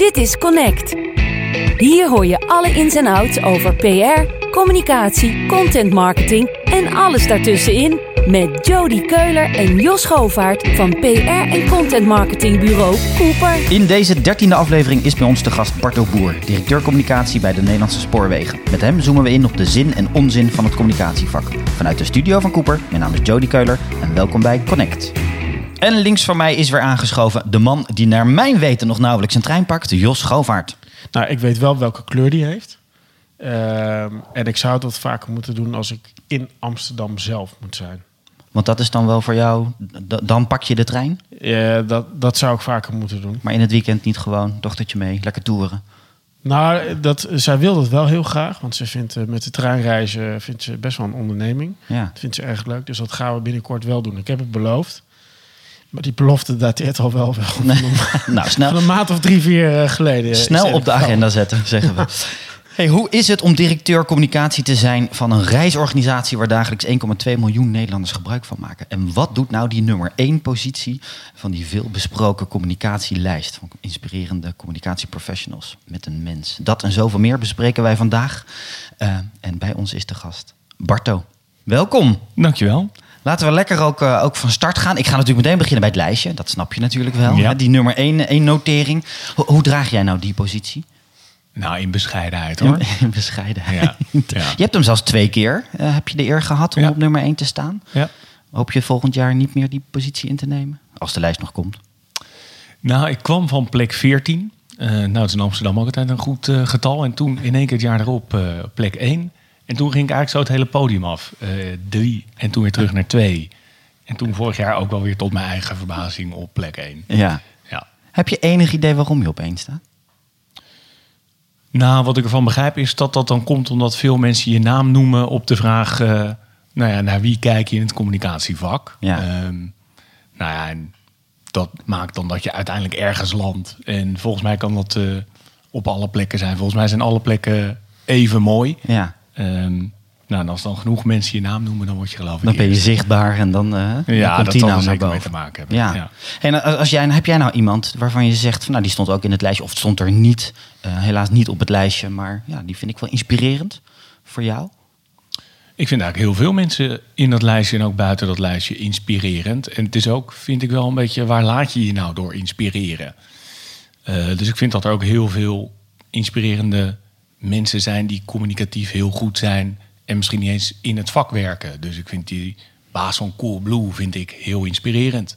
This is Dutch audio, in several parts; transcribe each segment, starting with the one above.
Dit is Connect. Hier hoor je alle ins en outs over PR, communicatie, content marketing en alles daartussenin met Jody Keuler en Jos Govaert van PR en content marketingbureau Cooper. In deze 13e aflevering is bij ons te gast Barto Boer, directeur communicatie bij de Nederlandse Spoorwegen. Met hem zoomen we in op de zin en onzin van het communicatievak. Vanuit de studio van Cooper, mijn naam is Jody Keuler en welkom bij Connect. En links van mij is weer aangeschoven de man die naar mijn weten nog nauwelijks een trein pakt, Jos Govaert. Nou, ik weet wel welke kleur die heeft. En ik zou het wat vaker moeten doen als ik in Amsterdam zelf moet zijn. Want dat is dan wel voor jou, dan pak je de trein? Dat zou ik vaker moeten doen. Maar in het weekend niet gewoon, dochtertje mee, lekker toeren? Nou, zij wil dat wel heel graag. Want ze vindt met de treinreizen best wel een onderneming. Ja. Dat vindt ze erg leuk. Dus dat gaan we binnenkort wel doen. Ik heb het beloofd. Maar die belofte dateert al wel Nou, snel, van een maand of 3-4 geleden. Snel op de agenda zetten, zeggen we. Hey, hoe is het om directeur communicatie te zijn van een reisorganisatie waar dagelijks 1,2 miljoen Nederlanders gebruik van maken? En wat doet nou die nummer 1 positie van die veel besproken communicatielijst van inspirerende communicatieprofessionals met een mens? Dat en zoveel meer bespreken wij vandaag. En bij ons is de gast Barto. Welkom. Dankjewel. Laten we lekker ook van start gaan. Ik ga natuurlijk meteen beginnen bij het lijstje. Dat snap je natuurlijk wel. Ja. Die nummer 1 notering. Hoe draag jij nou die positie? Nou, in bescheidenheid hoor. In bescheidenheid. Ja. Je hebt hem zelfs 2 keer. Heb je de eer gehad om op nummer 1 te staan? Ja. Hoop je volgend jaar niet meer die positie in te nemen? Als de lijst nog komt. Nou, ik kwam van plek 14. Nou, het is in Amsterdam ook altijd een goed getal. En toen in één keer het jaar erop plek 1. En toen ging ik eigenlijk zo het hele podium af. 3 en toen weer terug naar 2. En toen vorig jaar ook wel weer tot mijn eigen verbazing op plek 1. Ja. Heb je enig idee waarom je op 1 staat? Nou, wat ik ervan begrijp is dat dan komt omdat veel mensen je naam noemen op de vraag... naar wie kijk je in het communicatievak? Ja. En dat maakt dan dat je uiteindelijk ergens landt. En volgens mij kan dat op alle plekken zijn. Volgens mij zijn alle plekken even mooi. Ja. En als dan genoeg mensen je naam noemen, dan word je geloof ik Dan ben je eerst. zichtbaar en dan komt die dat naam zal er naar zeker mee boven. te maken hebben. Ja. En heb jij nou iemand waarvan je zegt... Van, nou, die stond ook in het lijstje of het stond er niet... helaas niet op het lijstje, maar ja, die vind ik wel inspirerend voor jou? Ik vind eigenlijk heel veel mensen in dat lijstje en ook buiten dat lijstje inspirerend. En het is ook, vind ik wel een beetje, waar laat je je nou door inspireren? Dus ik vind dat er ook heel veel inspirerende mensen zijn die communicatief heel goed zijn en misschien niet eens in het vak werken. Dus ik vind die baas van Coolblue vind ik heel inspirerend.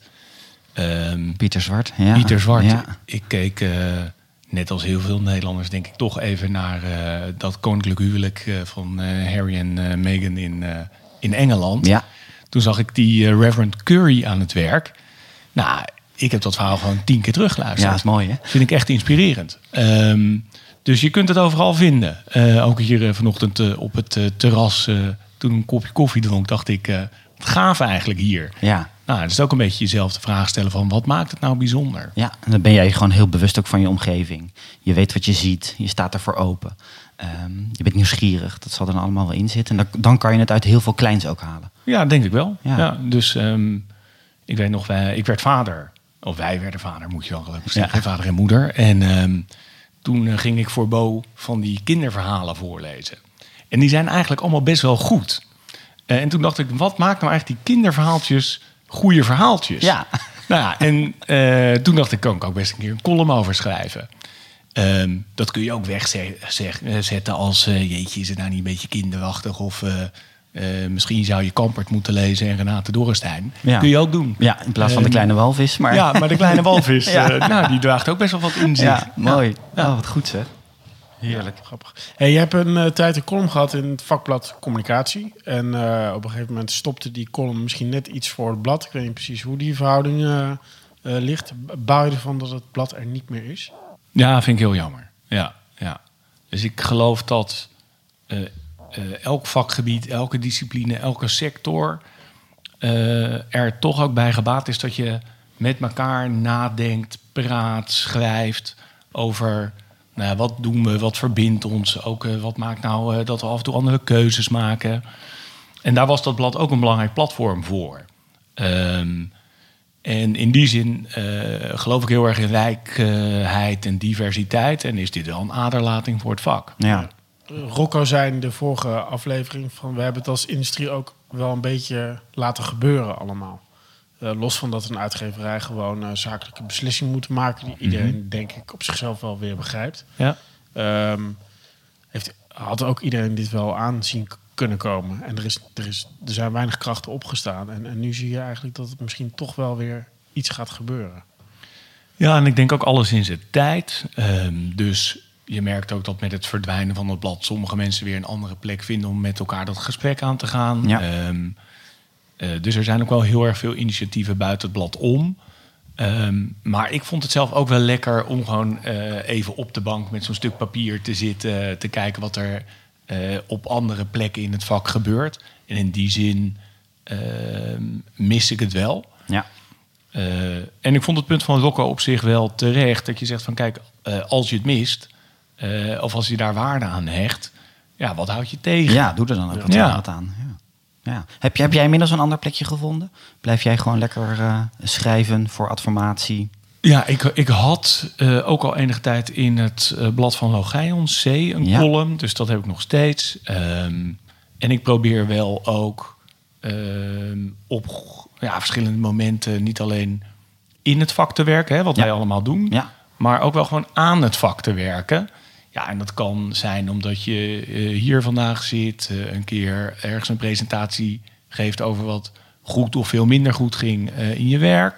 Pieter Zwart. Ja. Pieter Zwart. Ja. Ik keek net als heel veel Nederlanders denk ik toch even naar dat koninklijk huwelijk van Harry en Meghan in Engeland. Ja. Toen zag ik die Reverend Curry aan het werk. Nou, ik heb dat verhaal gewoon 10 keer teruggeluisterd. Ja, dat is mooi hè? Vind ik echt inspirerend. Dus je kunt het overal vinden. Ook hier vanochtend op het terras, toen een kopje koffie dronk, dacht ik, wat gaaf eigenlijk hier. Ja. Nou, het is ook een beetje jezelf de vraag stellen van, wat maakt het nou bijzonder? Ja, en dan ben jij gewoon heel bewust ook van je omgeving. Je weet wat je ziet, je staat ervoor open. Je bent nieuwsgierig, dat zal er dan allemaal wel in zitten. En dan kan je het uit heel veel kleins ook halen. Ja, denk ik wel. Ja. Ja, dus ik weet nog, ik werd vader. Of wij werden vader, moet je wel gelukkig zeggen. Ja. Vader en moeder. En toen ging ik voor Bo van die kinderverhalen voorlezen. En die zijn eigenlijk allemaal best wel goed. En toen dacht ik, wat maakt nou eigenlijk die kinderverhaaltjes goede verhaaltjes? Ja. Nou ja, en toen dacht ik, kan ik ook best een keer een column over schrijven. Dat kun je ook wegzetten als, jeetje, is het nou niet een beetje kinderachtig? Of misschien zou je Kampert moeten lezen en Renate Dorrestein. Ja. Kun je ook doen. Ja, in plaats van de kleine walvis. Maar... Ja, maar de kleine walvis, Ja. Die draagt ook best wel wat in zich. Ja, mooi. Ja. Oh, wat goed zeg. Heerlijk. Grappig. Hey, je hebt een tijd een column gehad in het vakblad Communicatie. En op een gegeven moment stopte die column misschien net iets voor het blad. Ik weet niet precies hoe die verhouding ligt. Bouw je ervan dat het blad er niet meer is? Ja, vind ik heel jammer. Ja. Dus ik geloof dat elk vakgebied, elke discipline, elke sector er toch ook bij gebaat is dat je met elkaar nadenkt, praat, schrijft over wat doen we, wat verbindt ons. Ook wat maakt nou dat we af en toe andere keuzes maken. En daar was dat blad ook een belangrijk platform voor. En in die zin geloof ik heel erg in rijkheid en diversiteit. En is dit wel een aderlating voor het vak. Ja. Rocco zei in de vorige aflevering van... we hebben het als industrie ook wel een beetje laten gebeuren allemaal. Los van dat een uitgeverij gewoon een zakelijke beslissing moet maken... die iedereen, denk ik, op zichzelf wel weer begrijpt. Ja. Had ook iedereen dit wel aanzien kunnen komen. En er zijn weinig krachten opgestaan. En nu zie je eigenlijk dat het misschien toch wel weer iets gaat gebeuren. Ja, en ik denk ook alles in zijn tijd. Dus je merkt ook dat met het verdwijnen van het blad... sommige mensen weer een andere plek vinden om met elkaar dat gesprek aan te gaan. Ja. Dus er zijn ook wel heel erg veel initiatieven buiten het blad om. Maar ik vond het zelf ook wel lekker om gewoon even op de bank met zo'n stuk papier te zitten... te kijken wat er op andere plekken in het vak gebeurt. En in die zin mis ik het wel. Ja. En ik vond het punt van Rocco op zich wel terecht. Dat je zegt van kijk, als je het mist... of als je daar waarde aan hecht... ja, wat houd je tegen? Ja, doe er dan ook wat aan. Ja. Ja. Heb jij inmiddels een ander plekje gevonden? Blijf jij gewoon lekker schrijven voor adformatie? Ja, ik had ook al enige tijd in het blad van Logeion C een column. Dus dat heb ik nog steeds. En ik probeer wel ook op verschillende momenten... niet alleen in het vak te werken, hè, wat wij allemaal doen... Ja. maar ook wel gewoon aan het vak te werken. Ja, en dat kan zijn omdat je hier vandaag zit... een keer ergens een presentatie geeft over wat goed of veel minder goed ging in je werk...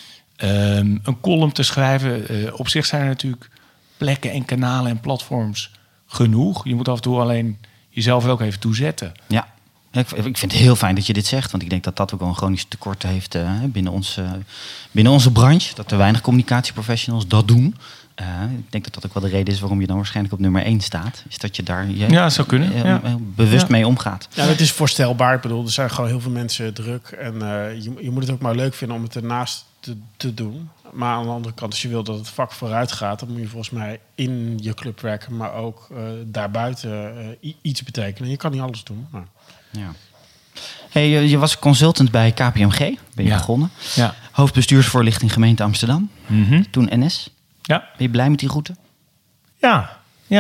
een column te schrijven. Op zich zijn er natuurlijk plekken en kanalen en platforms genoeg. Je moet af en toe alleen jezelf ook even toezetten. Ja, ik vind het heel fijn dat je dit zegt. Want ik denk dat dat ook wel een chronisch tekort heeft binnen onze branche. Dat er weinig communicatieprofessionals dat doen. Ik denk dat dat ook wel de reden is waarom je dan waarschijnlijk op nummer 1 staat. Is dat je daar zou kunnen. bewust mee omgaat. Ja, dat is voorstelbaar. Ik bedoel, er zijn gewoon heel veel mensen druk. En je moet het ook maar leuk vinden om het ernaast te doen. Maar aan de andere kant, als je wil dat het vak vooruit gaat... dan moet je volgens mij in je club werken... maar ook daarbuiten iets betekenen. Je kan niet alles doen. Maar... Ja. Hey, je was consultant bij KPMG, ben je begonnen. Ja. Hoofdbestuursvoorlichting gemeente Amsterdam. Mm-hmm. Toen NS. Ja. Ben je blij met die route? Ja.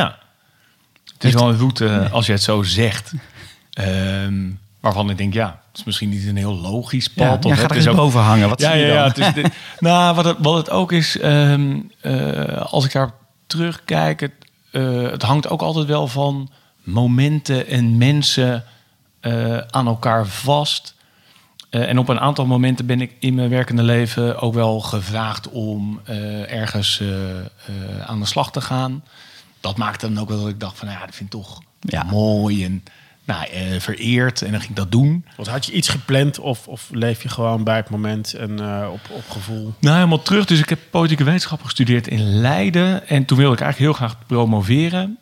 Het is wel een route, als je het zo zegt... waarvan ik denk, het is misschien niet een heel logisch pad. Ga er eens boven hangen. Wat zie je dan? Wat het ook is, als ik daar terugkijk... het hangt ook altijd wel van momenten en mensen aan elkaar vast. En op een aantal momenten ben ik in mijn werkende leven ook wel gevraagd om ergens aan de slag te gaan. Dat maakte dan ook wel dat ik dacht van, dat vind ik toch mooi en vereerd. En dan ging ik dat doen. Want had je iets gepland of leef je gewoon bij het moment en op gevoel? Nou, helemaal terug. Dus ik heb politieke wetenschappen gestudeerd in Leiden. En toen wilde ik eigenlijk heel graag promoveren.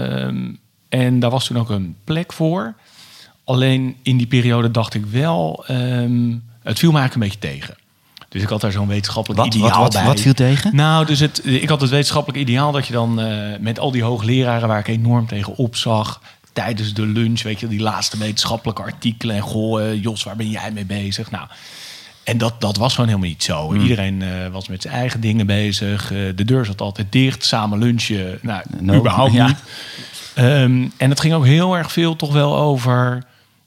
En daar was toen ook een plek voor. Alleen in die periode dacht ik wel... het viel me eigenlijk een beetje tegen. Dus ik had daar zo'n wetenschappelijk ideaal bij. Wat viel tegen? Nou, dus ik had het wetenschappelijk ideaal... dat je dan met al die hoogleraren... waar ik enorm tegen opzag... tijdens de lunch, weet je, die laatste wetenschappelijke artikelen... en goh, Jos, waar ben jij mee bezig? Nou, en dat was gewoon helemaal niet zo. Iedereen was met zijn eigen dingen bezig. De deur zat altijd dicht, samen lunchen. Nou, überhaupt niet. En het ging ook heel erg veel toch wel over...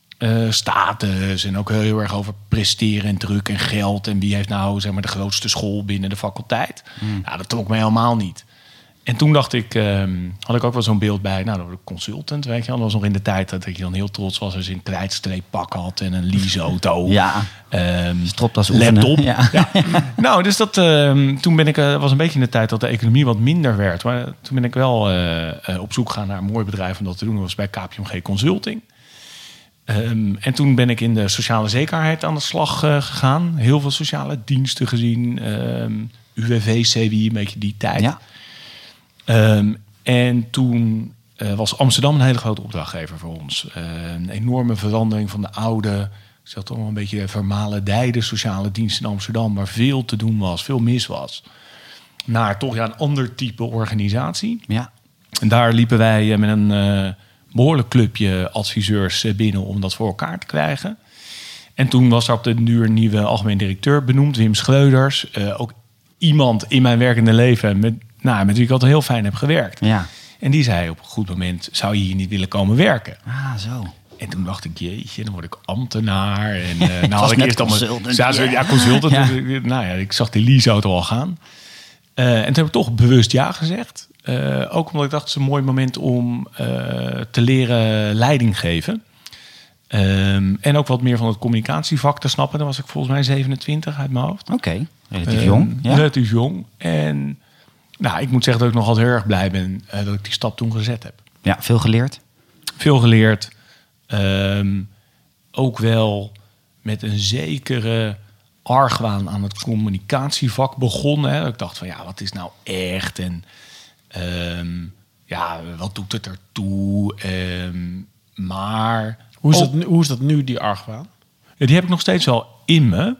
status en ook heel erg over presteren en druk en geld... en wie heeft nou zeg maar de grootste school binnen de faculteit. Nou, dat trok mij helemaal niet. En toen dacht ik, had ik ook wel zo'n beeld bij... de consultant, weet je wel. Dat was nog in de tijd dat ik dan heel trots was... als je een krijtstreeppak had en een leaseauto. Stropdas oefenen. Laptop. Ja. Nou, dus dat, toen ben ik... was een beetje in de tijd dat de economie wat minder werd. Maar toen ben ik wel op zoek gegaan naar een mooi bedrijf om dat te doen. Dat was bij KPMG Consulting. En toen ben ik in de sociale zekerheid aan de slag gegaan. Heel veel sociale diensten gezien. UWV, CWI, een beetje die tijd. Ja. En toen was Amsterdam een hele grote opdrachtgever voor ons. Een enorme verandering van de oude... ik zeg toch wel een beetje vermalendijde sociale dienst in Amsterdam... waar veel te doen was, veel mis was. Naar toch een ander type organisatie. Ja. En daar liepen wij met een... behoorlijk clubje adviseurs binnen om dat voor elkaar te krijgen. En toen was er op de duur een nieuwe algemeen directeur benoemd, Wim Schreuders. Ook iemand in mijn werkende leven met wie ik altijd heel fijn heb gewerkt. Ja. En die zei op een goed moment, zou je hier niet willen komen werken? Ah, zo. En toen dacht ik, jeetje, dan word ik ambtenaar. En nou was had ik net eerst allemaal... consultant. Ja, consultant. Ja. Nou ja, ik zag die leaseauto al gaan. En toen heb ik toch bewust ja gezegd. Ook omdat ik dacht, het is een mooi moment om te leren leiding geven. En ook wat meer van het communicatievak te snappen. Dan was ik volgens mij 27 uit mijn hoofd. Oké, relatief jong. Ja. Relatief jong. En nou, ik moet zeggen dat ik nog altijd heel erg blij ben dat ik die stap toen gezet heb. Ja, veel geleerd. Veel geleerd. Ook wel met een zekere argwaan aan het communicatievak begonnen. Hè. Ik dacht van, ja, wat is nou echt? En wat doet het ertoe? Maar... Hoe is dat nu, die argwaan? Ja, die heb ik nog steeds wel in me.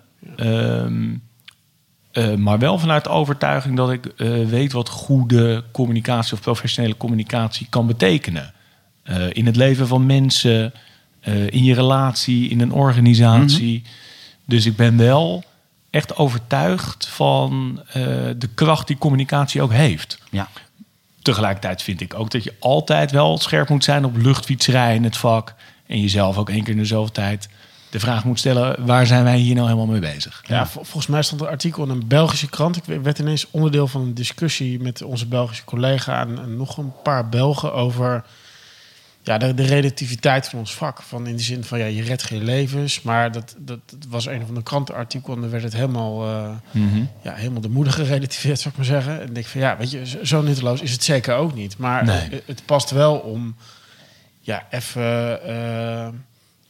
Maar wel vanuit de overtuiging dat ik weet wat goede communicatie of professionele communicatie kan betekenen. In het leven van mensen, in je relatie, in een organisatie. Mm-hmm. Dus ik ben wel echt overtuigd van de kracht die communicatie ook heeft. Ja. Tegelijkertijd vind ik ook dat je altijd wel scherp moet zijn op luchtfietserij in het vak. En jezelf ook 1 keer in de zoveel tijd de vraag moet stellen, waar zijn wij hier nou helemaal mee bezig? Ja, volgens mij stond een artikel in een Belgische krant. Ik werd ineens onderdeel van een discussie met onze Belgische collega en nog een paar Belgen over de relativiteit van ons vak. Van in de zin van, je redt geen levens. Maar dat was een van de krantenartikelen en dan werd het helemaal, helemaal de moeder gerelativeerd, zou ik maar zeggen. En ik denk van, weet je, zo nutteloos is het zeker ook niet. Maar het past wel om even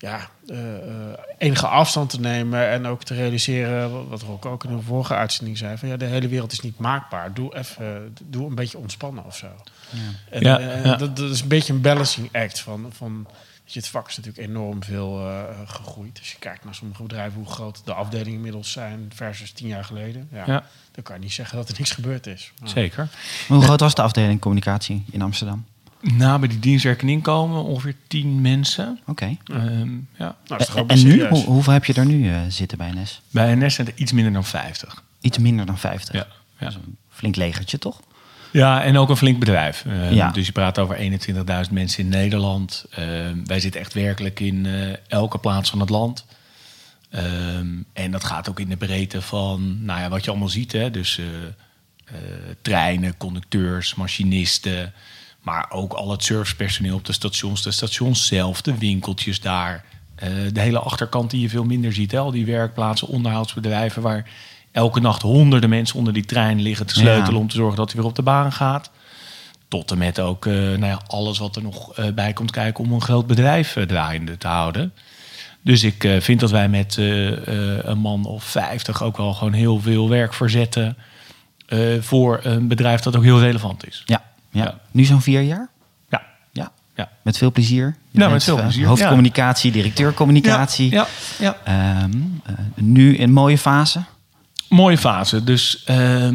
enige afstand te nemen en ook te realiseren, wat Rock ook in de vorige uitzending zei, van de hele wereld is niet maakbaar. Doe een beetje ontspannen of zo. Ja. Dat is een beetje een balancing act van het vak is natuurlijk enorm veel gegroeid. Als je kijkt naar sommige bedrijven, hoe groot de afdelingen inmiddels zijn versus 10 jaar geleden. Dan kan je niet zeggen dat er niks gebeurd is. Zeker. Hoe groot was de afdeling communicatie in Amsterdam? Nou, bij die dienstwerk en inkomen ongeveer 10 mensen. Oké. En nu? Hoeveel heb je er nu zitten bij NS? Bij NS zijn er iets minder dan 50. Iets minder dan 50? Ja. Dat is een flink legertje, toch? Ja, en ook een flink bedrijf. Dus je praat over 21.000 mensen in Nederland. Wij zitten echt werkelijk in elke plaats van het land. En dat gaat ook in de breedte van wat je allemaal ziet. Hè? Dus treinen, conducteurs, machinisten. Maar ook al het servicepersoneel op de stations zelf, de winkeltjes daar. De hele achterkant die je veel minder ziet. Hè? Al die werkplaatsen, onderhoudsbedrijven waar elke nacht honderden mensen onder die trein liggen te sleutelen om te zorgen dat hij weer op de baan gaat. Tot en met ook alles wat er nog bij komt kijken om een groot bedrijf draaiende te houden. Dus ik vind dat wij met een man of 50 ook wel gewoon heel veel werk verzetten voor een bedrijf dat ook heel relevant is. Ja. Nu zo'n 4 jaar? Ja. Met veel plezier? Met veel plezier. Hoofdcommunicatie, directeur communicatie. Ja. Nu in een mooie fase? Mooie fase. Dus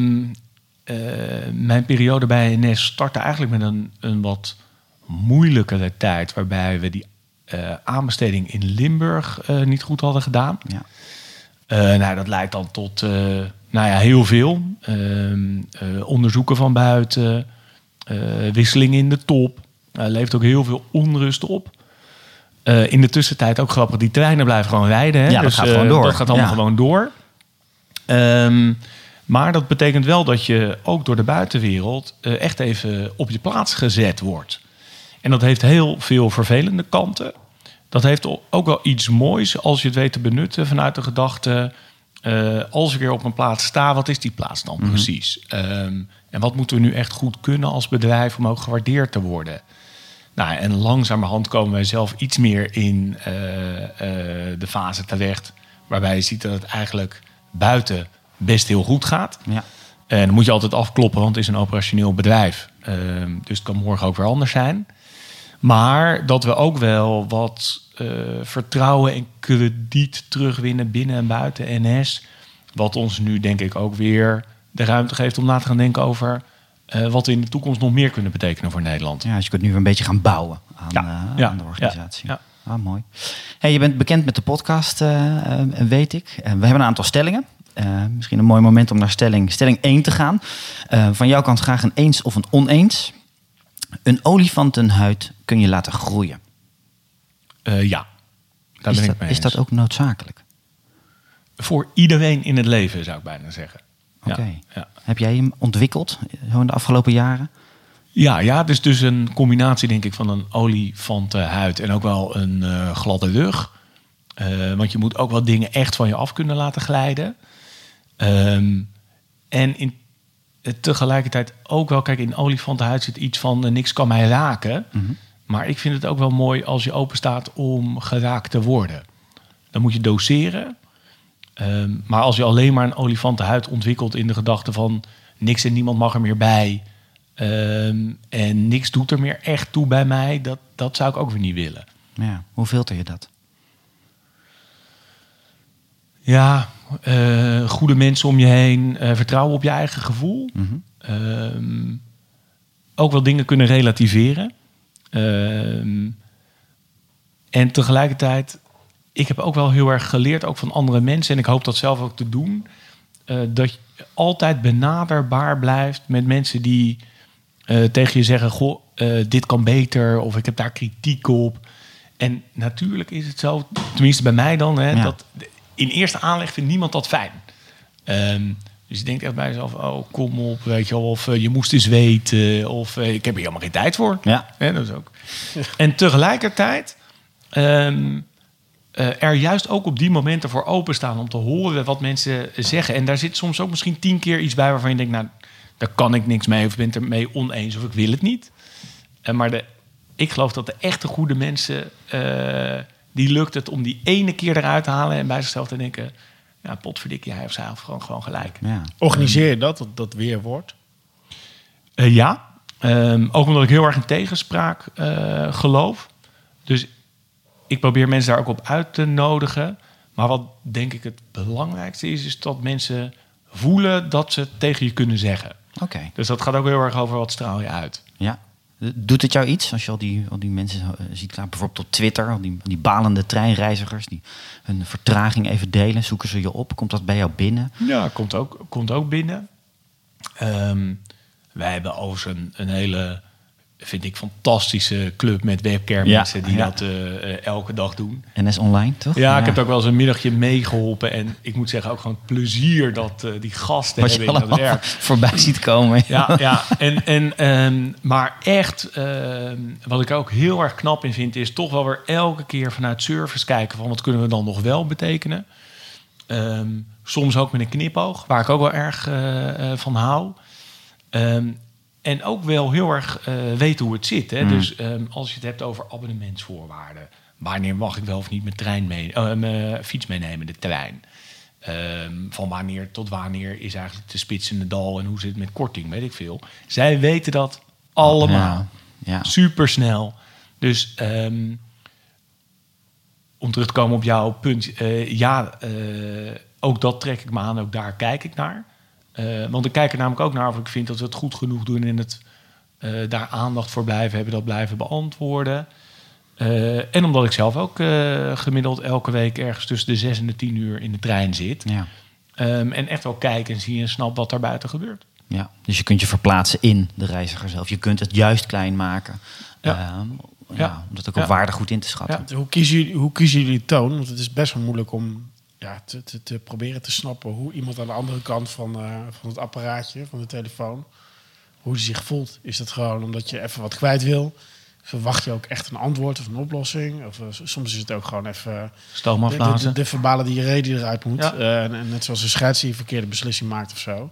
mijn periode bij NS startte eigenlijk met een wat moeilijkere tijd, waarbij we die aanbesteding in Limburg niet goed hadden gedaan. Ja. Dat leidt dan tot heel veel. Onderzoeken van buiten, wisselingen in de top. Levert ook heel veel onrust op. In de tussentijd ook grappig, die treinen blijven gewoon rijden. Hè? Ja, dat gaat gewoon door. Dat gaat allemaal gewoon door. Maar dat betekent wel dat je ook door de buitenwereld echt even op je plaats gezet wordt. En dat heeft heel veel vervelende kanten. Dat heeft ook wel iets moois als je het weet te benutten vanuit de gedachte, als ik weer op een plaats sta, wat is die plaats dan precies? En wat moeten we nu echt goed kunnen als bedrijf om ook gewaardeerd te worden? En langzamerhand komen wij zelf iets meer in de fase terecht waarbij je ziet dat het eigenlijk buiten best heel goed gaat. Ja. En dan moet je altijd afkloppen, want het is een operationeel bedrijf. Dus het kan morgen ook weer anders zijn. Maar dat we ook wel wat vertrouwen en krediet terugwinnen binnen en buiten NS. Wat ons nu denk ik ook weer de ruimte geeft om na te gaan denken over wat we in de toekomst nog meer kunnen betekenen voor Nederland. Ja, dus je kunt nu weer een beetje gaan bouwen aan de organisatie. Ja. Mooi. Hey, je bent bekend met de podcast, weet ik. We hebben een aantal stellingen. Misschien een mooi moment om naar stelling 1 te gaan. Van jouw kant graag een eens of een oneens. Een olifantenhuid kun je laten groeien. Ja, daar ben ik mee eens. Is dat ook noodzakelijk? Voor iedereen in het leven, zou ik bijna zeggen. Oké. Ja. Heb jij hem ontwikkeld zo in de afgelopen jaren? Ja, dus een combinatie denk ik van een olifantenhuid en ook wel een gladde rug. Want je moet ook wel dingen echt van je af kunnen laten glijden. En tegelijkertijd ook wel, kijk, in olifantenhuid zit iets van niks kan mij raken. Mm-hmm. Maar ik vind het ook wel mooi als je open staat om geraakt te worden. Dan moet je doseren. Maar als je alleen maar een olifantenhuid ontwikkelt in de gedachte van niks en niemand mag er meer bij. En niks doet er meer echt toe bij mij. Dat zou ik ook weer niet willen. Ja, hoe filter je dat? Ja, goede mensen om je heen. Vertrouwen op je eigen gevoel. Mm-hmm. Ook wel dingen kunnen relativeren. En tegelijkertijd, ik heb ook wel heel erg geleerd, ook van andere mensen. En ik hoop dat zelf ook te doen. Dat je altijd benaderbaar blijft met mensen die tegen je zeggen, goh, dit kan beter. Of ik heb daar kritiek op. En natuurlijk is het zo, tenminste bij mij dan, hè, dat in eerste aanleg vindt niemand dat fijn. Dus je denkt echt bij jezelf, oh, kom op, weet je wel. Of je moest eens weten. Of ik heb hier helemaal geen tijd voor. Ja. Dat is ook. En tegelijkertijd er juist ook op die momenten voor openstaan om te horen wat mensen zeggen. En daar zit soms ook misschien 10 keer iets bij waarvan je denkt, nou, daar kan ik niks mee. Of ik ben het ermee oneens of ik wil het niet. Maar ik geloof dat de echte goede mensen, die lukt het om die ene keer eruit te halen en bij zichzelf te denken, ja, potverdikkie, hij of zij heeft gewoon gelijk. Ja. Organiseer je dat weerwoord? Ja, ook omdat ik heel erg in tegenspraak geloof. Dus ik probeer mensen daar ook op uit te nodigen. Maar wat denk ik het belangrijkste is dat mensen voelen dat ze het tegen je kunnen zeggen. Oké. Dus dat gaat ook heel erg over wat straal je uit. Ja. Doet het jou iets als je al die mensen ziet, bijvoorbeeld op Twitter, al die balende treinreizigers die hun vertraging even delen, zoeken ze je op? Komt dat bij jou binnen? Ja, komt ook binnen. Wij hebben overigens een hele, vind ik, fantastische club met webcare-mensen die dat elke dag doen. NS Online, toch? Ja, ik heb ook wel eens een middagje meegeholpen. En ik moet zeggen, ook gewoon het plezier dat die gasten wat hebben je in dat werk voorbij ziet komen. Ja. Maar echt, wat ik ook heel erg knap in vind, is toch wel weer elke keer vanuit service kijken van wat kunnen we dan nog wel betekenen. Soms ook met een knipoog, waar ik ook wel erg van hou. En ook wel heel erg weten hoe het zit. Hè? Dus als je het hebt over abonnementsvoorwaarden. Wanneer mag ik wel of niet mijn fiets meenemen, de trein? Van wanneer tot wanneer is eigenlijk de spits in de dal en hoe zit het met korting, weet ik veel. Zij weten dat allemaal. Ja. Supersnel. Dus om terug te komen op jouw punt. Ook dat trek ik me aan, ook daar kijk ik naar. Want ik kijk er namelijk ook naar of ik vind dat we het goed genoeg doen in het daar aandacht voor blijven hebben, dat blijven beantwoorden. En omdat ik zelf ook gemiddeld elke week ergens tussen de 6 en de 10 uur in de trein zit. Ja. En echt wel kijk en zie en snap wat daar buiten gebeurt. Ja, dus je kunt je verplaatsen in de reiziger zelf. Je kunt het juist klein maken. Om dat ook op waarde goed in te schatten. Ja. Hoe kiezen jullie toon? Want het is best wel moeilijk om te proberen te snappen hoe iemand aan de andere kant van het apparaatje, van de telefoon, hoe hij zich voelt. Is dat gewoon omdat je even wat kwijt wil? Verwacht je ook echt een antwoord of een oplossing? Of soms is het ook gewoon even stoom afblazen. De verbale diarree die eruit moet. Ja. En net zoals een scheids die een verkeerde beslissing maakt of zo.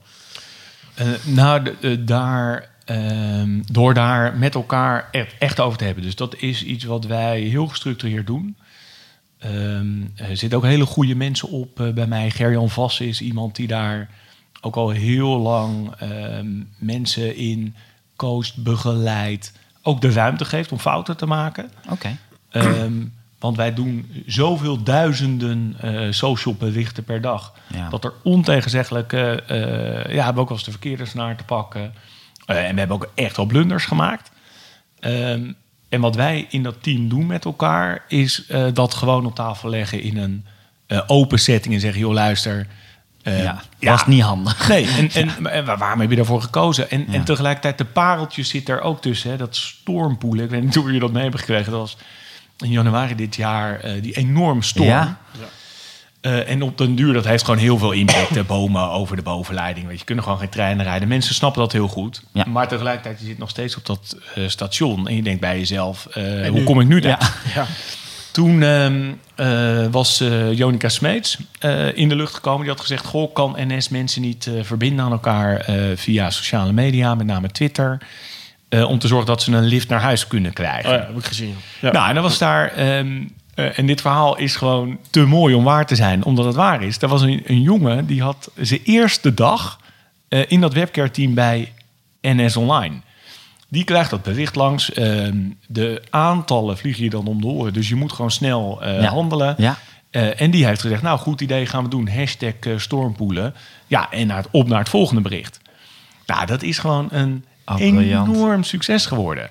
Door daar met elkaar echt over te hebben. Dus dat is iets wat wij heel gestructureerd doen. Er zitten ook hele goede mensen op bij mij. Gerjan Vassen is iemand die daar ook al heel lang mensen in coacht, begeleidt. Ook de ruimte geeft om fouten te maken. Oké. Want wij doen zoveel duizenden social berichten per dag. Ja. Dat er ontegenzeggelijk... hebben we ook wel eens de verkeerde snaar te pakken. En we hebben ook echt wel blunders gemaakt. En wat wij in dat team doen met elkaar... is dat gewoon op tafel leggen in een open setting... en zeggen, joh, luister... was niet handig. Nee, en waarom heb je daarvoor gekozen? En tegelijkertijd de pareltjes zit er ook tussen. Hè? Dat stormpoelen, ik weet niet hoe je dat mee hebt gekregen. Dat was in januari dit jaar die enorme storm. Ja. En op den duur, dat heeft gewoon heel veel impact. De bomen over de bovenleiding. Weet je, kunnen gewoon geen treinen rijden. Mensen snappen dat heel goed. Ja. Maar tegelijkertijd, je zit nog steeds op dat station. En je denkt bij jezelf, hoe kom ik nu daar? Ja. Toen was Jonica Smeets in de lucht gekomen. Die had gezegd, goh, kan NS mensen niet verbinden aan elkaar... via sociale media, met name Twitter... om te zorgen dat ze een lift naar huis kunnen krijgen. Oh ja, heb ik gezien. Ja. Nou, en dan was daar... en dit verhaal is gewoon te mooi om waar te zijn, omdat het waar is. Er was een jongen die had zijn eerste dag in dat webcare-team bij NS Online. Die krijgt dat bericht langs. De aantallen vliegen je dan om de oren. Dus je moet gewoon snel handelen. Ja. En die heeft gezegd, nou, goed idee, gaan we doen. #stormpoelen. Ja, en naar het volgende bericht. Nou, dat is gewoon een enorm succes geworden.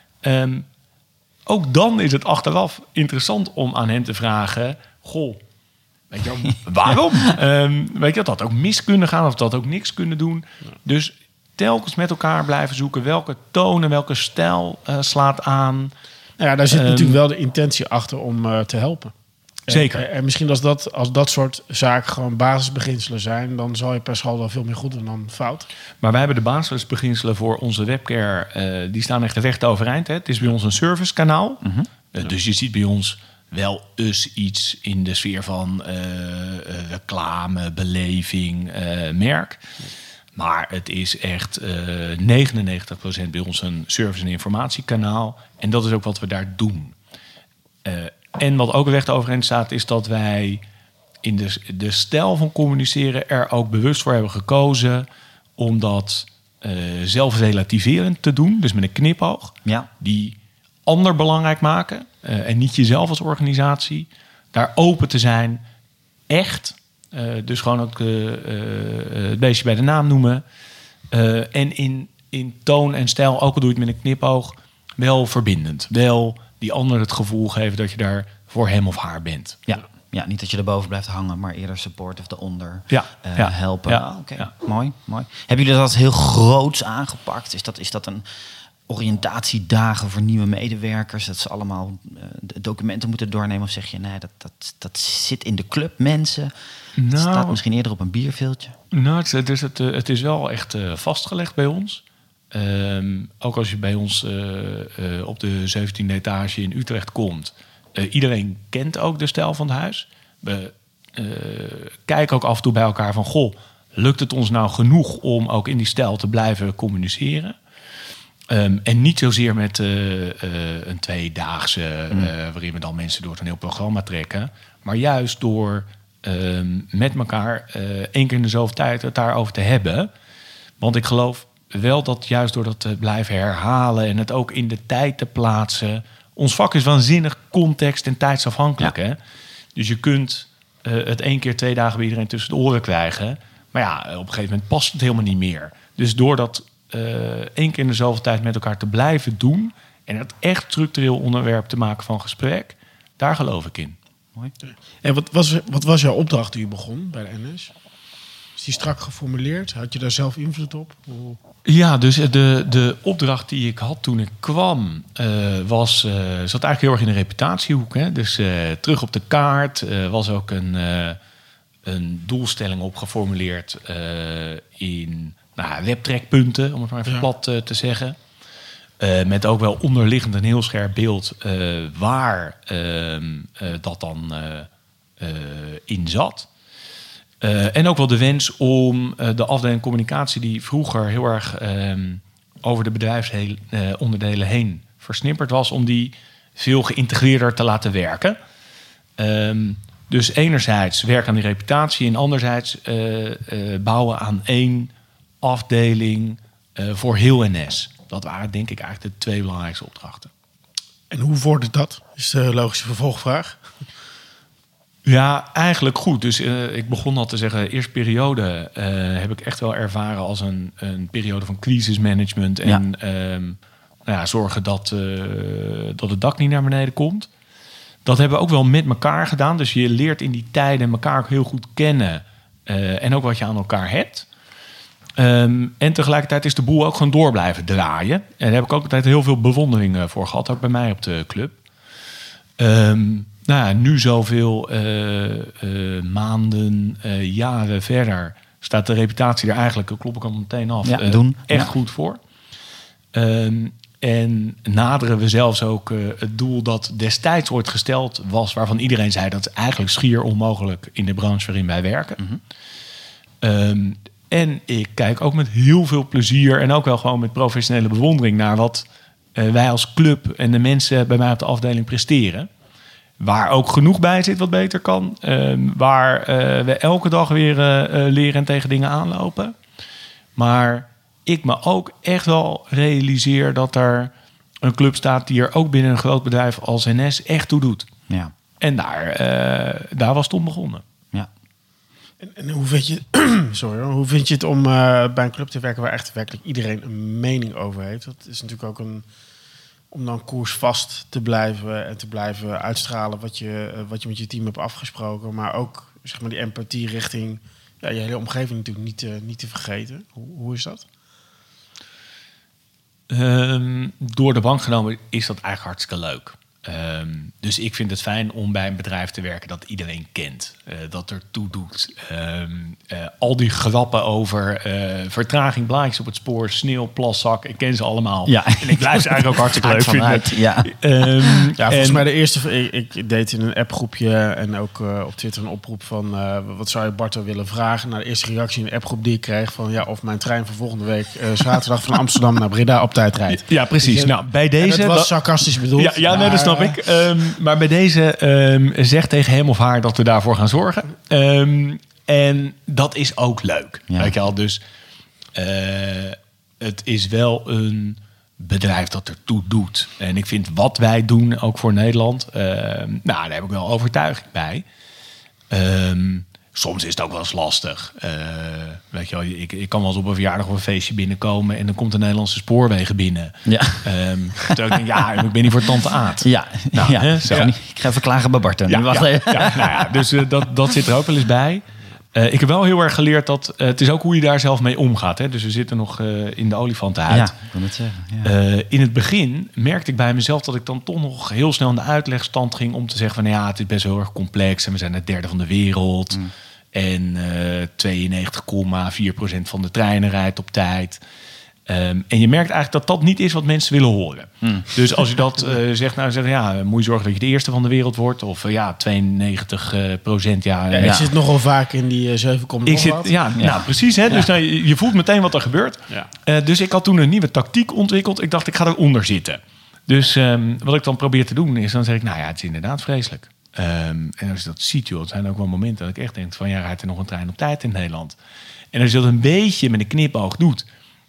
Ook dan is het achteraf interessant om aan hem te vragen... Goh, weet je wel, waarom? Weet je, dat ook mis kunnen gaan of dat ook niks kunnen doen. Dus telkens met elkaar blijven zoeken... welke tonen, welke stijl slaat aan. Ja, daar zit natuurlijk wel de intentie achter om te helpen. Zeker. En misschien als dat soort zaken gewoon basisbeginselen zijn... dan zal je per school wel veel meer goed doen dan fout. Maar wij hebben de basisbeginselen voor onze webcare... die staan echt recht overeind. Hè. Het is bij ons een servicekanaal. Mm-hmm. Dus je ziet bij ons wel iets in de sfeer van reclame, beleving, merk. Maar het is echt 99% bij ons een service- en informatiekanaal. En dat is ook wat we daar doen. En wat ook recht overeind staat, is dat wij in de stijl van communiceren er ook bewust voor hebben gekozen om dat zelfrelativerend te doen. Dus met een knipoog. Ja. Die ander belangrijk maken. En niet jezelf als organisatie. Daar open te zijn. Echt. Dus gewoon ook het beestje bij de naam noemen. En in toon en stijl, ook al doe je het met een knipoog, wel verbindend. Wel die ander het gevoel geven dat je daar voor hem of haar bent. Ja, niet dat je erboven blijft hangen, maar eerder support of eronder helpen. Ja, Oké. Mooi. Hebben jullie dat als heel groots aangepakt? Is dat een oriëntatiedagen voor nieuwe medewerkers? Dat ze allemaal documenten moeten doornemen? Of zeg je, nee, dat zit in de club, mensen? Het staat misschien eerder op een bierveeltje? Nou, het is wel echt vastgelegd bij ons. Ook als je bij ons op de 17e etage in Utrecht komt. Iedereen kent ook de stijl van het huis. We kijken ook af en toe bij elkaar van... goh, lukt het ons nou genoeg om ook in die stijl te blijven communiceren? En niet zozeer met een tweedaagse... waarin we dan mensen door een heel programma trekken. Maar juist door met elkaar 1 keer in de zoveel tijd het daarover te hebben. Want ik geloof wel dat juist door dat te blijven herhalen... en het ook in de tijd te plaatsen... Ons vak is waanzinnig context- en tijdsafhankelijk. Hè? Dus je kunt het 1 keer 2 dagen bij iedereen tussen de oren krijgen. Maar ja, op een gegeven moment past het helemaal niet meer. Dus door dat 1 keer in de zoveel tijd met elkaar te blijven doen... en het echt structureel onderwerp te maken van gesprek... daar geloof ik in. Mooi. En wat was jouw opdracht toen je begon bij de NS? Is die strak geformuleerd? Had je daar zelf invloed op? Ja, dus de opdracht die ik had toen ik kwam... zat eigenlijk heel erg in de reputatiehoek. Hè? Dus terug op de kaart was ook een doelstelling op geformuleerd... in webtrekpunten, om het maar even plat te zeggen. Met ook wel onderliggend een heel scherp beeld... waar dat dan in zat... en ook wel de wens om de afdeling communicatie... die vroeger heel erg over de bedrijfsonderdelen heen versnipperd was... om die veel geïntegreerder te laten werken. Dus enerzijds werken aan die reputatie... en anderzijds bouwen aan 1 afdeling voor heel NS. Dat waren denk ik eigenlijk de 2 belangrijkste opdrachten. En hoe vordert dat? Is de logische vervolgvraag. Ja, eigenlijk goed. Dus ik begon al te zeggen, de eerste periode heb ik echt wel ervaren als een periode van crisismanagement. En zorgen dat het dak niet naar beneden komt. Dat hebben we ook wel met elkaar gedaan. Dus je leert in die tijden elkaar ook heel goed kennen. En ook wat je aan elkaar hebt. En tegelijkertijd is de boel ook gewoon door blijven draaien. En daar heb ik ook altijd heel veel bewondering voor gehad. Ook bij mij op de club. Nu zoveel maanden, jaren verder... staat de reputatie er eigenlijk, klop ik al meteen af, echt goed voor. En naderen we zelfs ook het doel dat destijds ooit gesteld was... waarvan iedereen zei dat is eigenlijk schier onmogelijk in de branche waarin wij werken. Mm-hmm. En ik kijk ook met heel veel plezier en ook wel gewoon met professionele bewondering... naar wat wij als club en de mensen bij mij op de afdeling presteren. Waar ook genoeg bij zit wat beter kan. Waar we elke dag weer leren en tegen dingen aanlopen. Maar ik me ook echt wel realiseer dat er een club staat... die er ook binnen een groot bedrijf als NS echt toe doet. Ja. En daar was het om begonnen. Ja. En hoe vind je, hoe vind je het om bij een club te werken... waar echt werkelijk iedereen een mening over heeft? Dat is natuurlijk ook om dan koersvast te blijven en te blijven uitstralen wat je met je team hebt afgesproken. Maar ook zeg maar, die empathie richting je hele omgeving natuurlijk niet te vergeten. Hoe is dat? Door de bank genomen is dat eigenlijk hartstikke leuk. Dus ik vind het fijn om bij een bedrijf te werken dat iedereen kent. Dat er toe doet. Al die grappen over vertraging, blaadjes op het spoor, sneeuw, plaszak. Ik ken ze allemaal. Ja. En ik blijf ze eigenlijk ook hartstikke leuk vinden. Ja. Volgens mij de eerste... Ik deed in een appgroepje en ook op Twitter een oproep van... wat zou je Barto willen vragen? Nou, de eerste reactie in de appgroep die ik kreeg van... of mijn trein van volgende week zaterdag van Amsterdam naar Breda op tijd rijdt. Ja, precies. Dus, bij deze... Dat was sarcastisch bedoeld. Ja, nee, dat snap ik. Maar bij deze zeg tegen hem of haar dat we daarvoor gaan zorgen. En dat is ook leuk. Ja. Weet je al? Dus het is wel een bedrijf dat ertoe doet. En ik vind wat wij doen, ook voor Nederland... daar heb ik wel overtuiging bij. Soms is het ook wel eens lastig. Weet je wel, ik kan wel eens op een verjaardag of een feestje binnenkomen... en dan komt de Nederlandse spoorwegen binnen. Ja. Terwijl ik denk, ik ben niet voor tante Aad. Ja, ik ga even klagen bij Bart. Dus dat zit er ook wel eens bij. Ik heb wel heel erg geleerd dat het is ook hoe je daar zelf mee omgaat. Hè? Dus we zitten nog in de olifantenhuid. Ja, ik wil het zeggen. Ja. In het begin merkte ik bij mezelf dat ik dan toch nog heel snel in de uitlegstand ging... om te zeggen van het is best heel erg complex... en we zijn het derde van de wereld... En 92,4% van de treinen rijdt op tijd. En je merkt eigenlijk dat niet is wat mensen willen horen. Dus als je dat zegt, moet je zorgen dat je de eerste van de wereld wordt. Of 92%. Ik zit nogal vaak in die 7,0. Nou, precies. Hè? Ja. Dus je voelt meteen wat er gebeurt. Ja. Dus ik had toen een nieuwe tactiek ontwikkeld. Ik dacht, ik ga eronder zitten. Dus wat ik dan probeer te doen is, dan zeg ik, het is inderdaad vreselijk. En als je dat ziet, het zijn ook wel momenten dat ik echt denk van... rijdt er nog een trein op tijd in Nederland? En als je dat een beetje met een knipoog doet...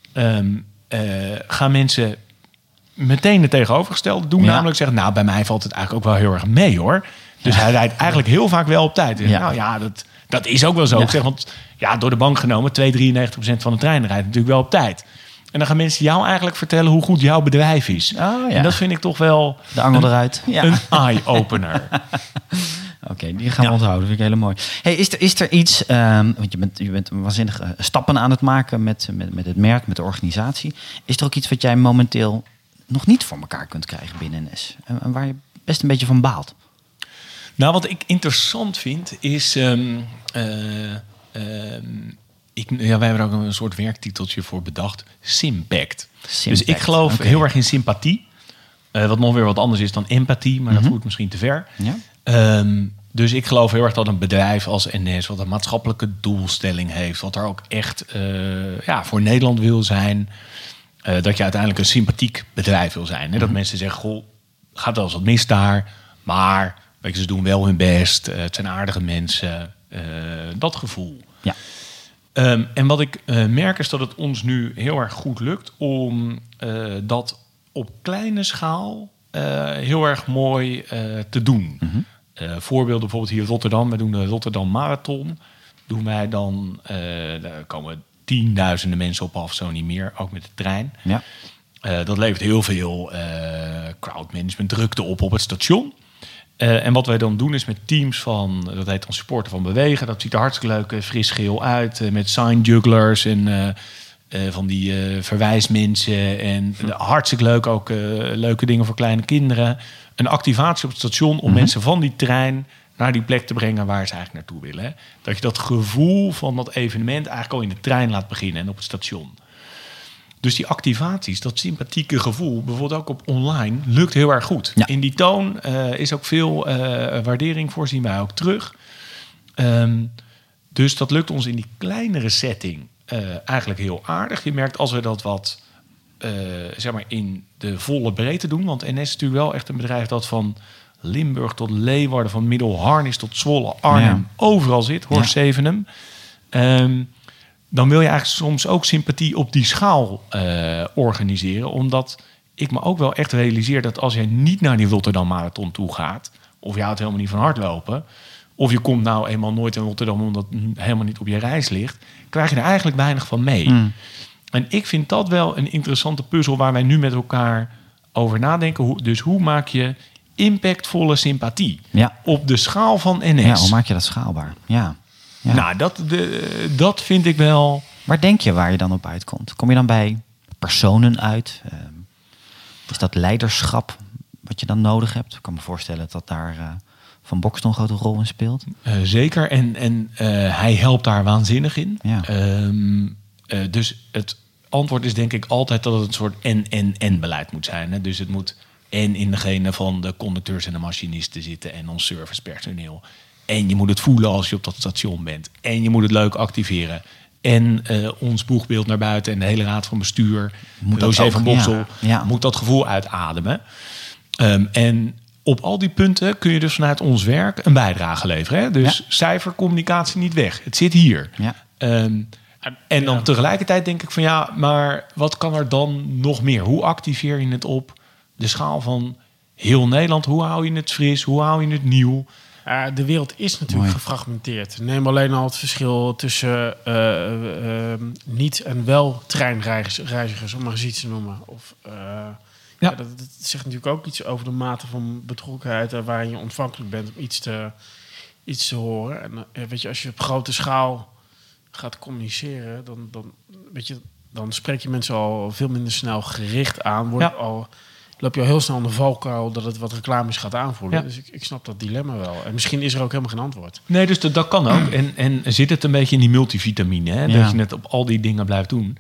gaan mensen meteen het tegenovergestelde doen. Ja. Namelijk zeggen, bij mij valt het eigenlijk ook wel heel erg mee, hoor. Dus hij rijdt eigenlijk heel vaak wel op tijd. Dus, dat is ook wel zo. Ja. Ik zeg, want door de bank genomen... 93% van de treinen rijdt natuurlijk wel op tijd. En dan gaan mensen jou eigenlijk vertellen hoe goed jouw bedrijf is. Oh, ja. En dat vind ik toch wel... De angel eruit. Een eye-opener. Oké, die gaan we onthouden. Vind ik heel mooi. Hey, is er iets... want je bent waanzinnig stappen aan het maken met het merk, met de organisatie. Is er ook iets wat jij momenteel nog niet voor elkaar kunt krijgen binnen NS? En waar je best een beetje van baalt? Nou, wat ik interessant vind is... wij hebben er ook een soort werktiteltje voor bedacht. Simpact. Dus ik geloof heel erg in sympathie. Wat nog weer wat anders is dan empathie. Maar dat voert misschien te ver. Ja. Dus ik geloof heel erg dat een bedrijf als NS... wat een maatschappelijke doelstelling heeft... wat er ook echt voor Nederland wil zijn... dat je uiteindelijk een sympathiek bedrijf wil zijn. Hè? Dat mensen zeggen, goh, gaat wel eens wat mis daar... maar weet je, ze doen wel hun best. Het zijn aardige mensen. Dat gevoel. Ja. En wat ik merk is dat het ons nu heel erg goed lukt... om dat op kleine schaal heel erg mooi te doen. Mm-hmm. Voorbeelden bijvoorbeeld hier in Rotterdam. We doen de Rotterdam Marathon. Doen wij dan... daar komen tienduizenden mensen op af, zo niet meer. Ook met de trein. Ja. Dat levert heel veel crowdmanagement drukte op het station. En wat wij dan doen is met teams van, dat heet dan supporter van bewegen. Dat ziet er hartstikke leuk fris geel uit. Met sign jugglers en van die verwijsmensen. En hartstikke leuk ook leuke dingen voor kleine kinderen. Een activatie op het station om mensen van die trein naar die plek te brengen waar ze eigenlijk naartoe willen. Hè? Dat je dat gevoel van dat evenement eigenlijk al in de trein laat beginnen en op het station. Dus die activaties, dat sympathieke gevoel, bijvoorbeeld ook op online, lukt heel erg goed. Ja. In die toon is ook veel waardering voor, zien wij ook terug. Dus dat lukt ons in die kleinere setting eigenlijk heel aardig. Je merkt als we dat wat zeg maar in de volle breedte doen. Want NS is natuurlijk wel echt een bedrijf dat van Limburg tot Leeuwarden, van Middelharnis tot Zwolle, Arnhem, overal zit. Horst Zevenum. Dan wil je eigenlijk soms ook sympathie op die schaal organiseren. Omdat ik me ook wel echt realiseer dat als jij niet naar die Rotterdam Marathon toe gaat, of je houdt helemaal niet van hardlopen, of je komt nou eenmaal nooit in Rotterdam omdat het helemaal niet op je reis ligt, krijg je er eigenlijk weinig van mee. En ik vind dat wel een interessante puzzel waar wij nu met elkaar over nadenken. Dus hoe maak je impactvolle sympathie op de schaal van NS? Ja, hoe maak je dat schaalbaar? Ja. Nou, dat vind ik wel. Waar denk je waar je dan op uitkomt? Kom je dan bij personen uit? Is dat leiderschap wat je dan nodig hebt? Ik kan me voorstellen dat daar Van Bokstel een grote rol in speelt. Zeker. En hij helpt daar waanzinnig in. Ja. Dus het antwoord is denk ik altijd dat het een soort en beleid moet zijn. Hè? Dus het moet en in degene van de conducteurs en de machinisten zitten en ons servicepersoneel. En je moet het voelen als je op dat station bent. En je moet het leuk activeren. En ons boegbeeld naar buiten en de hele raad van bestuur, Roger van Bokstel, moet dat gevoel uitademen. En op al die punten kun je dus vanuit ons werk een bijdrage leveren. Hè? Dus cijfercommunicatie niet weg. Het zit hier. Ja. En dan tegelijkertijd denk ik van maar wat kan er dan nog meer? Hoe activeer je het op de schaal van heel Nederland? Hoe hou je het fris? Hoe hou je het nieuw? De wereld is natuurlijk gefragmenteerd. Neem alleen al het verschil tussen niet- en wel treinreizigers, om maar eens iets te noemen. Of, dat zegt natuurlijk ook iets over de mate van betrokkenheid waarin je ontvankelijk bent om iets te horen. En weet je, als je op grote schaal gaat communiceren, dan spreek je mensen al veel minder snel gericht aan. Loop je al heel snel aan de valkuil dat het wat reclames gaat aanvoelen. Ja. Dus ik snap dat dilemma wel. En misschien is er ook helemaal geen antwoord. Nee, dus dat kan ook. En zit het een beetje in die multivitamine, hè? Dat je net op al die dingen blijft doen.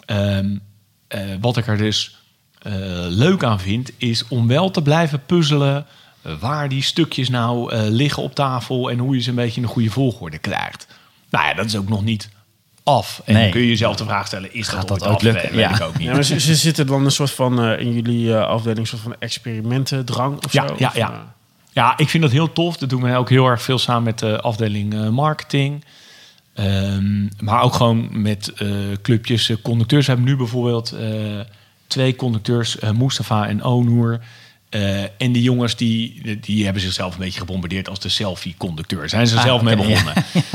Wat ik er dus leuk aan vind, is om wel te blijven puzzelen waar die stukjes nou liggen op tafel en hoe je ze een beetje in de goede volgorde krijgt. Nou ja, dat is ook nog niet af. En dan kun je jezelf de vraag stellen, gaat dat ook lukken? Weet ik ook niet. Ja, maar ze zitten dan een soort van in jullie afdeling een soort van experimentendrang of zo? Ja, ik vind dat heel tof. Dat doen we ook heel erg veel samen met de afdeling marketing. Maar ook gewoon met clubjes conducteurs. We hebben nu bijvoorbeeld 2 conducteurs, Mustafa en Onur. En die jongens die hebben zichzelf een beetje gebombardeerd als de selfie-conducteur. Zijn ze zelf mee begonnen.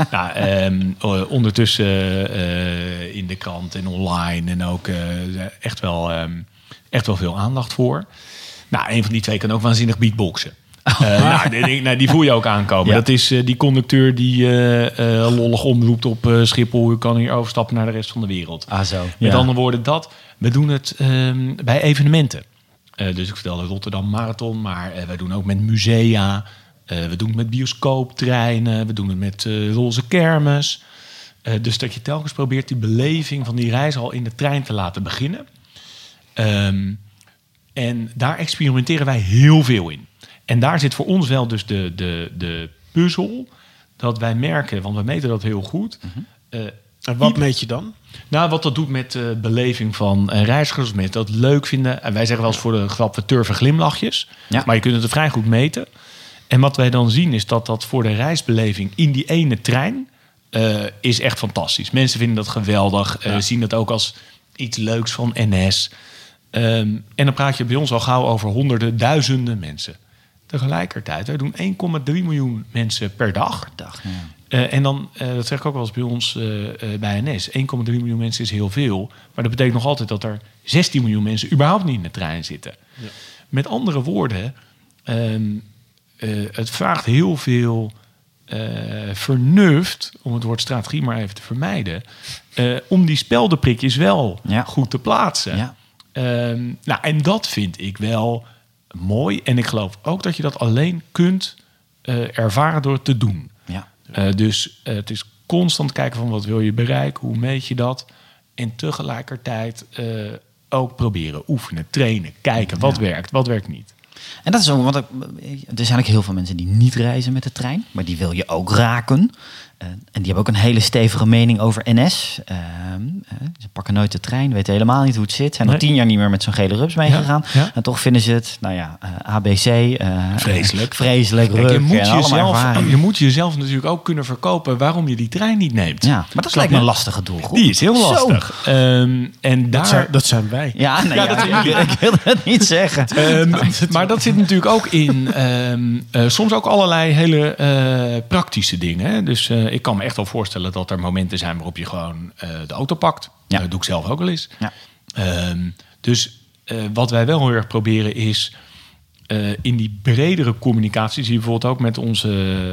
Ondertussen in de krant en online en ook echt wel veel aandacht voor. Nou, een van die 2 kan ook waanzinnig beatboxen. Die voel je ook aankomen. Ja. Dat is die conducteur die lollig omroept op Schiphol. U kan hier overstappen naar de rest van de wereld. Zo. Met andere woorden, we doen het bij evenementen. Dus ik vertelde Rotterdam Marathon, maar we doen ook met musea. We doen het met bioscooptreinen. We doen het met roze kermis. Dus dat je telkens probeert die beleving van die reis al in de trein te laten beginnen. En daar experimenteren wij heel veel in. En daar zit voor ons wel dus de puzzel dat wij merken, want we meten dat heel goed. En wat meet je dan? Nou, wat dat doet met de beleving van reizigers, met dat leuk vinden. En wij zeggen wel eens voor de grap, we turven glimlachjes. Ja. Maar je kunt het vrij goed meten. En wat wij dan zien is dat voor de reisbeleving in die ene trein is echt fantastisch. Mensen vinden dat geweldig. Zien dat ook als iets leuks van NS. En dan praat je bij ons al gauw over honderden, duizenden mensen. Tegelijkertijd, wij doen 1,3 miljoen mensen per dag. En dan, dat zeg ik ook wel eens bij ons bij NS... 1,3 miljoen mensen is heel veel. Maar dat betekent nog altijd dat er 16 miljoen mensen... überhaupt niet in de trein zitten. Ja. Met andere woorden... het vraagt heel veel vernuft... om het woord strategie maar even te vermijden... om die speldenprikjes wel goed te plaatsen. Ja. En dat vind ik wel mooi. En ik geloof ook dat je dat alleen kunt ervaren door het te doen. Ja. Dus het is constant kijken van wat wil je bereiken, hoe meet je dat. En tegelijkertijd ook proberen oefenen, trainen, kijken wat werkt, wat werkt niet. En dat is ook, want er zijn ook heel veel mensen die niet reizen met de trein, maar die wil je ook raken. En die hebben ook een hele stevige mening over NS. Ze pakken nooit de trein, weten helemaal niet hoe het zit. Zijn al 10 jaar niet meer met zo'n gele rups meegegaan. Ja. En toch vinden ze het, ABC. Vreselijk, ruk. Je moet jezelf natuurlijk ook kunnen verkopen waarom je die trein niet neemt. Ja, maar dat lijkt me een lastige doelgroep. Die is heel lastig. En dat zijn wij. Ik wilde het niet zeggen. Maar dat zit natuurlijk ook in soms ook allerlei hele praktische dingen. Hè? Dus ik kan me echt wel voorstellen dat er momenten zijn waarop je gewoon de auto pakt. Ja. Dat doe ik zelf ook wel eens. Ja. Dus wat wij wel heel erg proberen is in die bredere communicatie, zie je bijvoorbeeld ook met onze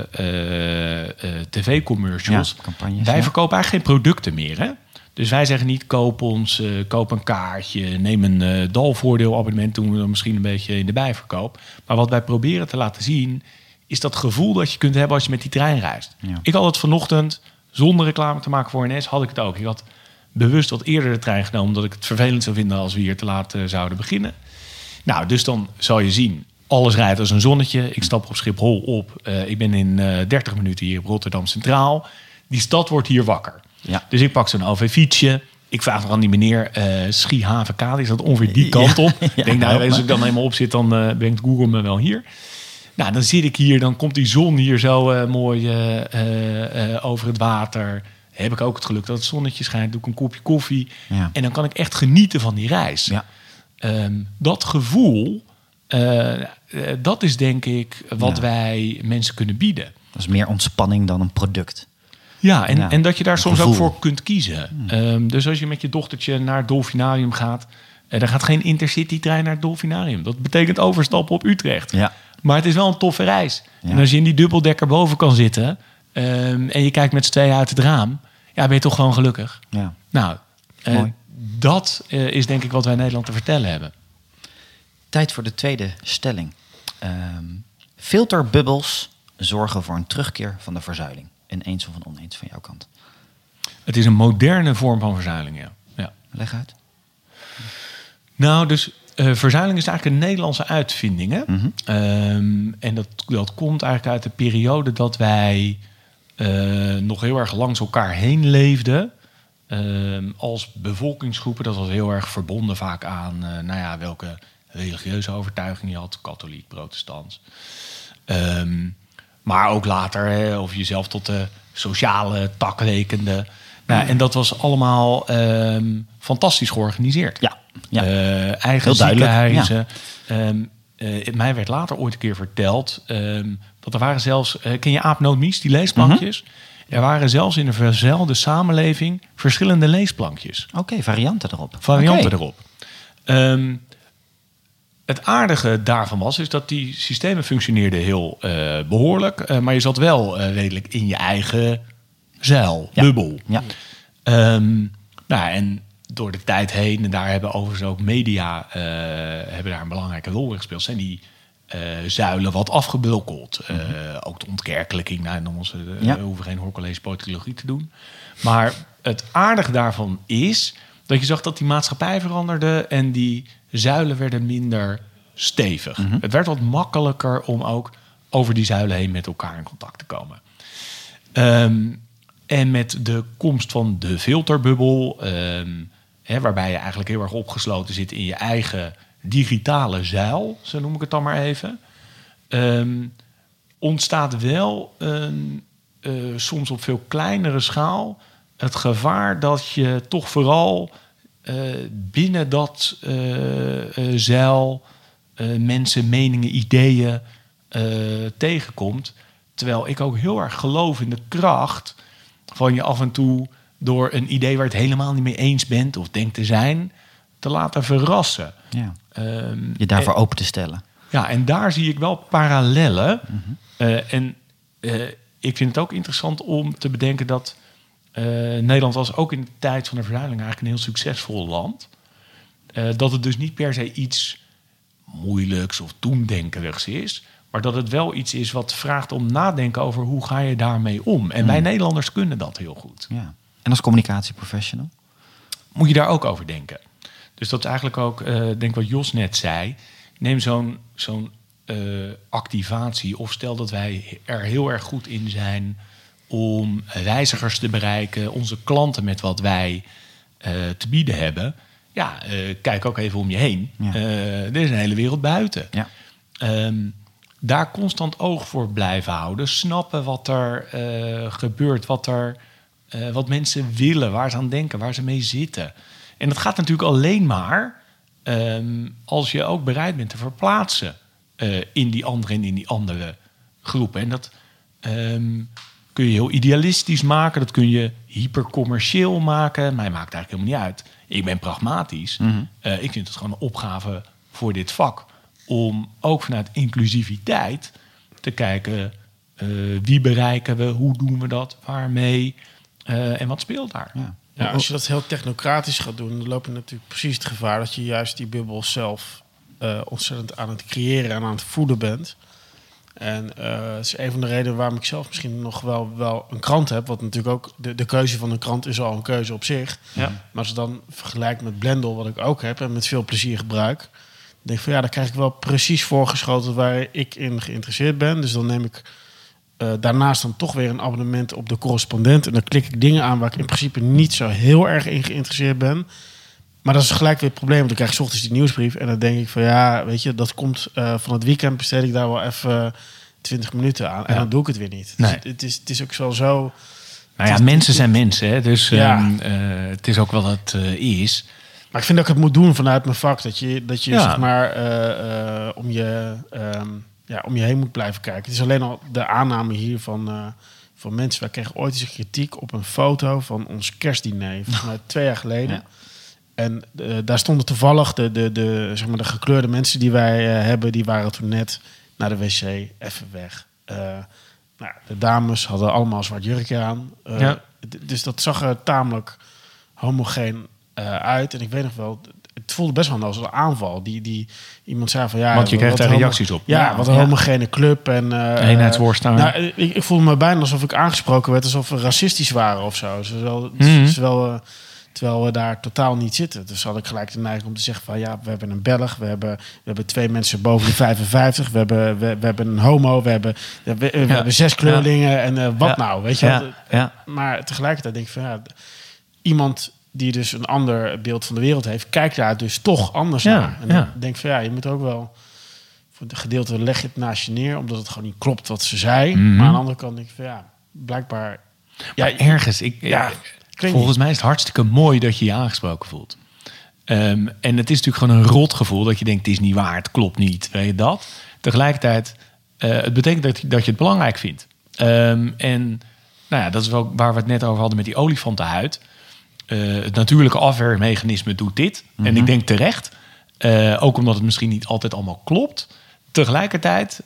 tv-commercials. Campagnes, wij verkopen eigenlijk geen producten meer. Hè? Dus wij zeggen niet koop een kaartje, neem een DAL-voordeelabonnement, doen we dan misschien een beetje in de bijverkoop. Maar wat wij proberen te laten zien is dat gevoel dat je kunt hebben als je met die trein reist. Ja. Ik had het vanochtend, zonder reclame te maken voor NS, had ik het ook. Ik had bewust wat eerder de trein genomen, omdat ik het vervelend zou vinden als we hier te laat zouden beginnen. Nou, dus dan zal je zien, alles rijdt als een zonnetje. Ik stap op Schiphol op. Ik ben in 30 minuten hier op Rotterdam Centraal. Die stad wordt hier wakker. Ja. Dus ik pak zo'n OV-fietsje. Ik vraag nog aan die meneer, Schiehaven-Kade, is dat ongeveer die kant op? Ik denk, als ik dan helemaal op zit, dan brengt Google me wel hier. Nou, dan zit ik hier, dan komt die zon hier zo mooi over het water. Heb ik ook het geluk dat het zonnetje schijnt, doe ik een kopje koffie. Ja. En dan kan ik echt genieten van die reis. Ja. Dat gevoel, dat is denk ik wat wij mensen kunnen bieden. Dat is meer ontspanning dan een product. Ja, en dat je daar soms ook voor kunt kiezen. Dus als je met je dochtertje naar het Dolfinarium gaat, er gaat geen Intercity-trein naar het Dolfinarium. Dat betekent overstappen op Utrecht. Ja. Maar het is wel een toffe reis. Ja. En als je in die dubbeldekker boven kan zitten en je kijkt met z'n tweeën uit het raam, ben je toch gewoon gelukkig. Ja. Nou, dat is denk ik wat wij in Nederland te vertellen hebben. Tijd voor de tweede stelling. Filterbubbels zorgen voor een terugkeer van de verzuiling. Een eens of een oneens van jouw kant? Het is een moderne vorm van verzuiling, ja. Leg uit. Nou, dus verzuiling is eigenlijk een Nederlandse uitvinding. Hè? Mm-hmm. En dat komt eigenlijk uit de periode dat wij nog heel erg langs elkaar heen leefden. Als bevolkingsgroepen. Dat was heel erg verbonden vaak aan welke religieuze overtuiging je had. Katholiek, protestants. Maar ook later, of jezelf tot de sociale tak rekende. En dat was allemaal fantastisch georganiseerd. Ja. Eigen ziekenhuizen. Ja. Mij werd later ooit een keer verteld dat er waren zelfs, ken je aapnootmies, die leesplankjes? Mm-hmm. Er waren zelfs in een verzelfde samenleving verschillende leesplankjes. Oké, varianten erop. Erop. Het aardige daarvan was dat die systemen functioneerden heel behoorlijk. Maar je zat wel redelijk in je eigen zuil, bubbel. Ja. En door de tijd heen, en daar hebben overigens ook media hebben daar een belangrijke rol in gespeeld, zijn die zuilen wat afgebrokkeld. Ook de ontkerkelijking. We hoeven geen hoorcollege politicologie te doen. Maar het aardige daarvan is dat je zag dat die maatschappij veranderde en die zuilen werden minder stevig. Mm-hmm. Het werd wat makkelijker om ook over die zuilen heen met elkaar in contact te komen. En met de komst van de filterbubbel, waarbij je eigenlijk heel erg opgesloten zit in je eigen digitale zuil, zo noem ik het dan maar even, ontstaat wel soms op veel kleinere schaal het gevaar dat je toch vooral binnen dat zuil mensen, meningen, ideeën tegenkomt Terwijl ik ook heel erg geloof in de kracht van je af en toe door een idee waar je het helemaal niet mee eens bent of denkt te zijn, te laten verrassen. Ja. Je daarvoor open te stellen. Ja, en daar zie ik wel parallellen. Ik vind het ook interessant om te bedenken dat Nederland was ook in de tijd van de verzuiling eigenlijk een heel succesvol land. Dat het dus niet per se iets moeilijks of doemdenkerigs is, maar dat het wel iets is wat vraagt om nadenken over hoe ga je daarmee om. En wij Nederlanders kunnen dat heel goed. Ja. En als communicatieprofessional? Moet je daar ook over denken. Dus dat is eigenlijk ook, denk wat Jos net zei. Neem zo'n activatie. Of stel dat wij er heel erg goed in zijn om reizigers te bereiken, onze klanten met wat wij te bieden hebben. Ja, kijk ook even om je heen. Ja. Er is een hele wereld buiten. Ja. Daar constant oog voor blijven houden. Snappen wat er gebeurt, wat mensen willen, waar ze aan denken, waar ze mee zitten. En dat gaat natuurlijk alleen maar als je ook bereid bent te verplaatsen in die andere en in die andere groepen. En dat kun je heel idealistisch maken, dat kun je hypercommercieel maken. Mij maakt eigenlijk helemaal niet uit. Ik ben pragmatisch. Ik vind het gewoon een opgave voor dit vak om ook vanuit inclusiviteit te kijken wie bereiken we, hoe doen we dat, waarmee en wat speelt daar. Ja. Ja, als je dat heel technocratisch gaat doen, dan loop je natuurlijk precies het gevaar dat je juist die bubbel zelf ontzettend aan het creëren en aan het voeden bent. En dat is een van de redenen waarom ik zelf misschien nog wel een krant heb. Wat natuurlijk ook, de keuze van een krant is al een keuze op zich. Ja. Maar als je dan vergelijkt met Blendel, wat ik ook heb en met veel plezier gebruik, dan denk ik van ja, dan krijg ik wel precies voorgeschoten waar ik in geïnteresseerd ben. Dus dan neem ik daarnaast dan toch weer een abonnement op de correspondent. En dan klik ik dingen aan waar ik in principe niet zo heel erg in geïnteresseerd ben. Maar dat is gelijk weer het probleem. Want dan krijg ik 's ochtends die nieuwsbrief. En dan denk ik van ja, weet je, dat komt van het weekend besteed ik daar wel even 20 minuten aan. En dan doe ik het weer niet. Nee. Dus het is ook wel zo. Nou ja, mensen zijn mensen. Hè? Dus Ja. het is ook wel wat is. Maar ik vind dat ik het moet doen vanuit mijn vak. Dat je Ja. zeg maar om je heen moet blijven kijken. Het is alleen al de aanname hier van mensen. Wij kregen ooit eens een kritiek op een foto van ons kerstdiner van 2 jaar geleden. Ja. En daar stonden toevallig de gekleurde mensen die wij hebben, die waren toen net naar de wc even weg. De dames hadden allemaal zwart jurkje aan. Dus dat zag er tamelijk homogeen uit. En ik weet nog wel, het voelde best wel als een aanval. Die iemand zei van ja, Want je kreeg wat daar homo- reacties op. Ja, wat een homogene club. En Eenheidsworstenaar. nou, ik voelde me bijna alsof ik aangesproken werd, alsof we racistisch waren of zo. Terwijl we daar totaal niet zitten. Dus had ik gelijk de neiging om te zeggen van ja, we hebben een Belg, we hebben 2 mensen boven de 55, we hebben een homo, we hebben 6 kleurlingen en wat nou, weet je? Ja. Maar tegelijkertijd denk ik van ja, iemand die dus een ander beeld van de wereld heeft, kijkt daar dus toch anders naar. En dan denk ik van ja, je moet ook wel voor het gedeelte leg je het naast je neer, omdat het gewoon niet klopt wat ze zei. Maar aan de andere kant denk ik van ja, blijkbaar. Ja, ergens. Volgens mij is het hartstikke mooi dat je je aangesproken voelt. En het is natuurlijk gewoon een rotgevoel dat je denkt, het is niet waar, het klopt niet. Weet je dat? Tegelijkertijd, het betekent dat je het belangrijk vindt. En nou ja, dat is wel waar we het net over hadden met die olifantenhuid. Het natuurlijke afweermechanisme doet dit. En ik denk terecht. Ook omdat het misschien niet altijd allemaal klopt. Tegelijkertijd,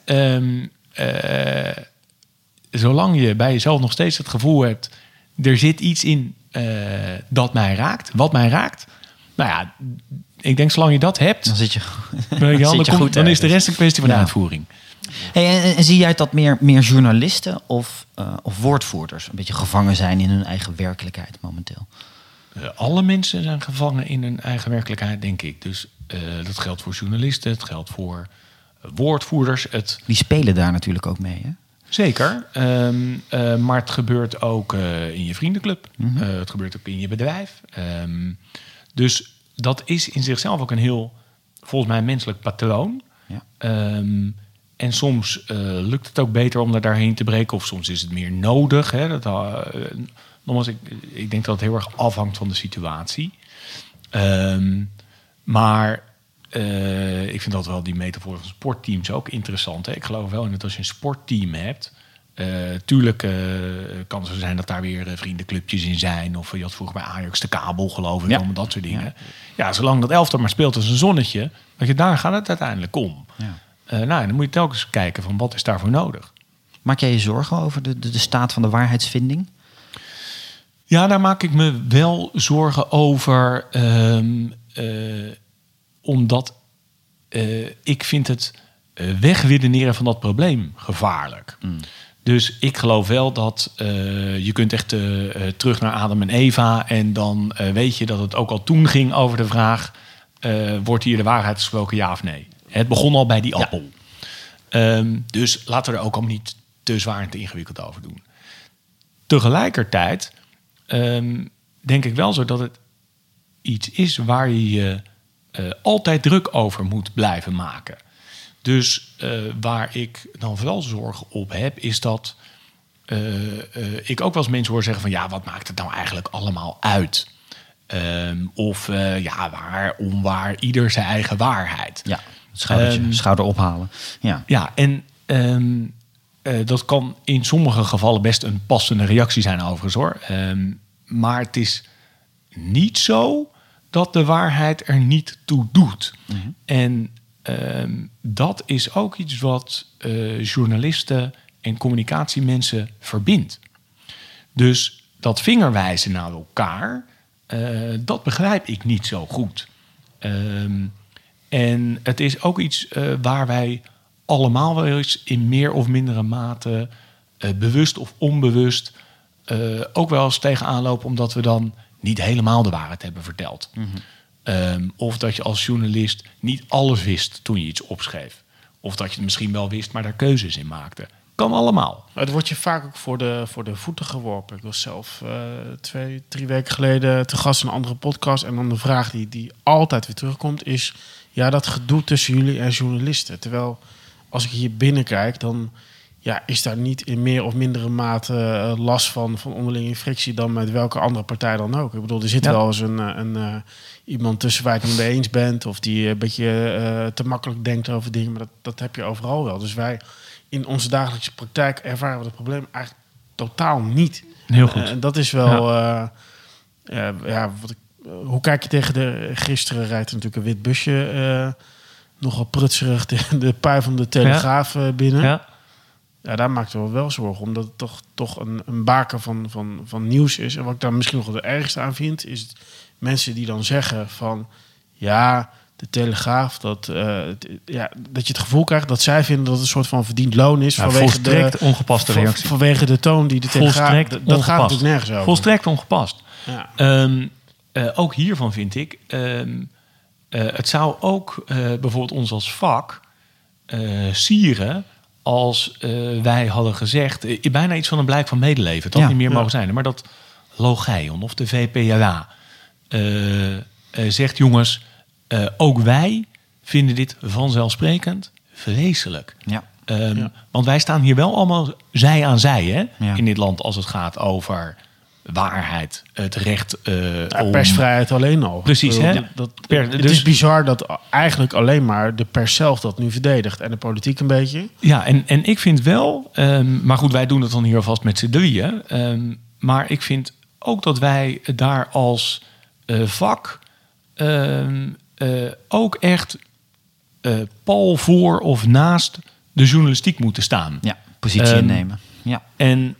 zolang je bij jezelf nog steeds het gevoel hebt, er zit iets in dat mij raakt, wat mij raakt. Nou ja, ik denk zolang je dat hebt, Dan zit je, dan is de rest een kwestie van de uitvoering. Hey, en zie jij dat meer journalisten of woordvoerders een beetje gevangen zijn in hun eigen werkelijkheid momenteel? Alle mensen zijn gevangen in hun eigen werkelijkheid, denk ik. Dus dat geldt voor journalisten, het geldt voor woordvoerders. Die spelen daar natuurlijk ook mee, hè? Zeker, maar het gebeurt ook in je vriendenclub. Het gebeurt ook in je bedrijf. Dus dat is in zichzelf ook een heel, volgens mij, menselijk patroon. Ja. En soms lukt het ook beter om daarheen te breken. Of soms is het meer nodig. Hè? Nogmaals, ik denk dat het heel erg afhangt van de situatie. Maar ik vind dat wel die metafoor van sportteams ook interessant. Hè? Ik geloof wel in dat als je een sportteam hebt, Tuurlijk kan het zo zijn dat daar weer vriendenclubjes in zijn. Of je had vroeger bij Ajax de kabel, geloof ik. Ja. Allemaal dat soort dingen. Ja, zolang dat elftal maar speelt als een zonnetje. Weet je, daar gaat het uiteindelijk om. Ja. Dan moet je telkens kijken van wat is daarvoor nodig. Maak jij je zorgen over de staat van de waarheidsvinding? Ja, daar maak ik me wel zorgen over. Omdat ik vind het wegredeneren van dat probleem gevaarlijk. Dus ik geloof wel dat je kunt echt terug naar Adam en Eva. En dan weet je dat het ook al toen ging over de vraag... wordt hier de waarheid gesproken, ja of nee? Het begon al bij die appel. Dus laten we er ook allemaal niet te zwaar en te ingewikkeld over doen. Tegelijkertijd denk ik wel zo dat het iets is waar je altijd druk over moet blijven maken. Dus waar ik dan wel zorg op heb, is dat ik ook wel eens mensen hoor zeggen van... ja, wat maakt het nou eigenlijk allemaal uit? Waar, onwaar, ieder zijn eigen waarheid. Ja, schouder ophalen. Ja, ja en dat kan in sommige gevallen best een passende reactie zijn overigens hoor. Maar het is niet zo dat de waarheid er niet toe doet. Mm-hmm. En dat is ook iets wat journalisten en communicatiemensen verbindt. Dus dat vingerwijzen naar elkaar, dat begrijp ik niet zo goed. En het is ook iets waar wij allemaal wel eens in meer of mindere mate bewust of onbewust ook wel eens tegenaan lopen, omdat we dan niet helemaal de waarheid hebben verteld. Mm-hmm. Of dat je als journalist niet alles wist toen je iets opschreef. Of dat je het misschien wel wist, maar daar keuzes in maakte. Kan allemaal. Het wordt je vaak ook voor de voeten geworpen. Ik was zelf 2-3 weken geleden te gast in een andere podcast. En dan de vraag die altijd weer terugkomt is... ja, dat gedoe tussen jullie en journalisten. Terwijl als ik hier binnenkijk, dan is daar niet in meer of mindere mate last van onderlinge frictie dan met welke andere partij dan ook. Ik bedoel, er zit wel eens iemand tussen waar je het niet mee eens bent, of die een beetje te makkelijk denkt over dingen, maar dat heb je overal wel. Dus wij in onze dagelijkse praktijk ervaren we het probleem eigenlijk totaal niet. Heel goed. En dat is wel hoe kijk je tegen gisteren rijdt er natuurlijk een wit busje nogal prutserig de pui van de Telegraaf binnen. Ja. Ja, daar maakt het wel zorgen, omdat het toch een baken van nieuws is. En wat ik daar misschien nog het ergste aan vind, is mensen die dan zeggen van... ja, de Telegraaf, dat je het gevoel krijgt dat zij vinden dat het een soort van verdiend loon is. Ja, volstrekt ongepaste reactie. Vanwege de toon die de Telegraaf... Dat gaat natuurlijk nergens over. Volstrekt ongepast. Ja. Ook hiervan vind ik... het zou ook bijvoorbeeld ons als vak sieren... als wij hadden gezegd... bijna iets van een blijk van medeleven. Het had niet meer mogen zijn. Maar dat Logeion of de VPRA zegt... jongens, ook wij vinden dit vanzelfsprekend vreselijk. Ja. Want wij staan hier wel allemaal zij aan zij in dit land... als het gaat over waarheid, het recht om... Persvrijheid alleen al. Precies, hè? Het is bizar dat eigenlijk alleen maar de pers zelf dat nu verdedigt. En de politiek een beetje. Ja, en ik vind wel... maar goed, wij doen het dan hier alvast met z'n drieën. Maar ik vind ook dat wij daar als vak... ook echt pal voor of naast de journalistiek moeten staan. Ja, positie innemen. Ja. En...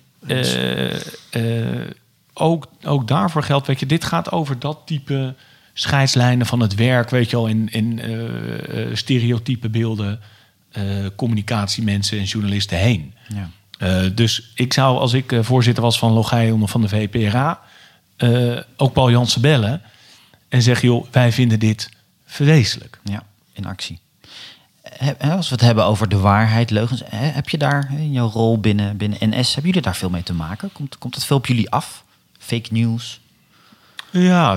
Ook daarvoor geldt, weet je, dit gaat over dat type scheidslijnen van het werk, weet je wel, in stereotype beelden, communicatiemensen en journalisten heen. Ja. Dus ik zou, als ik voorzitter was van Logeion of van de VPRA, ook Paul Jansen bellen en zeggen, joh, wij vinden dit vreselijk. Ja, in actie. Als we het hebben over de waarheid, leugens, heb je daar in jouw rol binnen NS, hebben jullie daar veel mee te maken? Komt dat veel op jullie af? Fake news? Ja,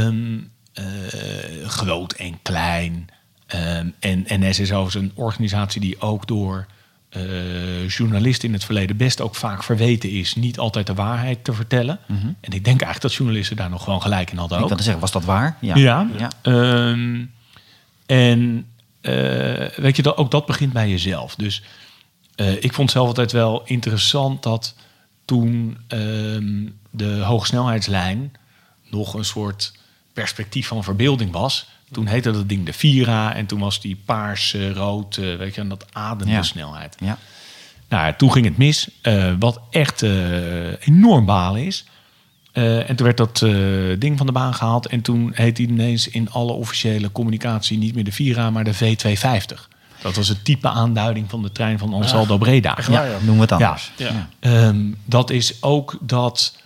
groot en klein. En NS is overigens een organisatie die ook door journalisten in het verleden best ook vaak verweten is niet altijd de waarheid te vertellen. Mm-hmm. En ik denk eigenlijk dat journalisten daar nog gewoon gelijk in hadden ook. Ik wilde zeggen, was dat waar? Ja. En weet je, ook dat begint bij jezelf. Dus Ik vond zelf altijd wel interessant dat toen de hoogsnelheidslijn nog een soort perspectief van verbeelding was. Toen heette dat ding de Vira en toen was die paars, rood, weet je, en dat ademde snelheid. Ja. Nou, toen ging het mis, wat echt enorm balen is. En toen werd dat ding van de baan gehaald en toen heette hij ineens in alle officiële communicatie niet meer de Vira, maar de V250. Dat was het type aanduiding van de trein van Ansaldo Breda. Echt waar, ja. Noem het anders. Ja. Dat is ook dat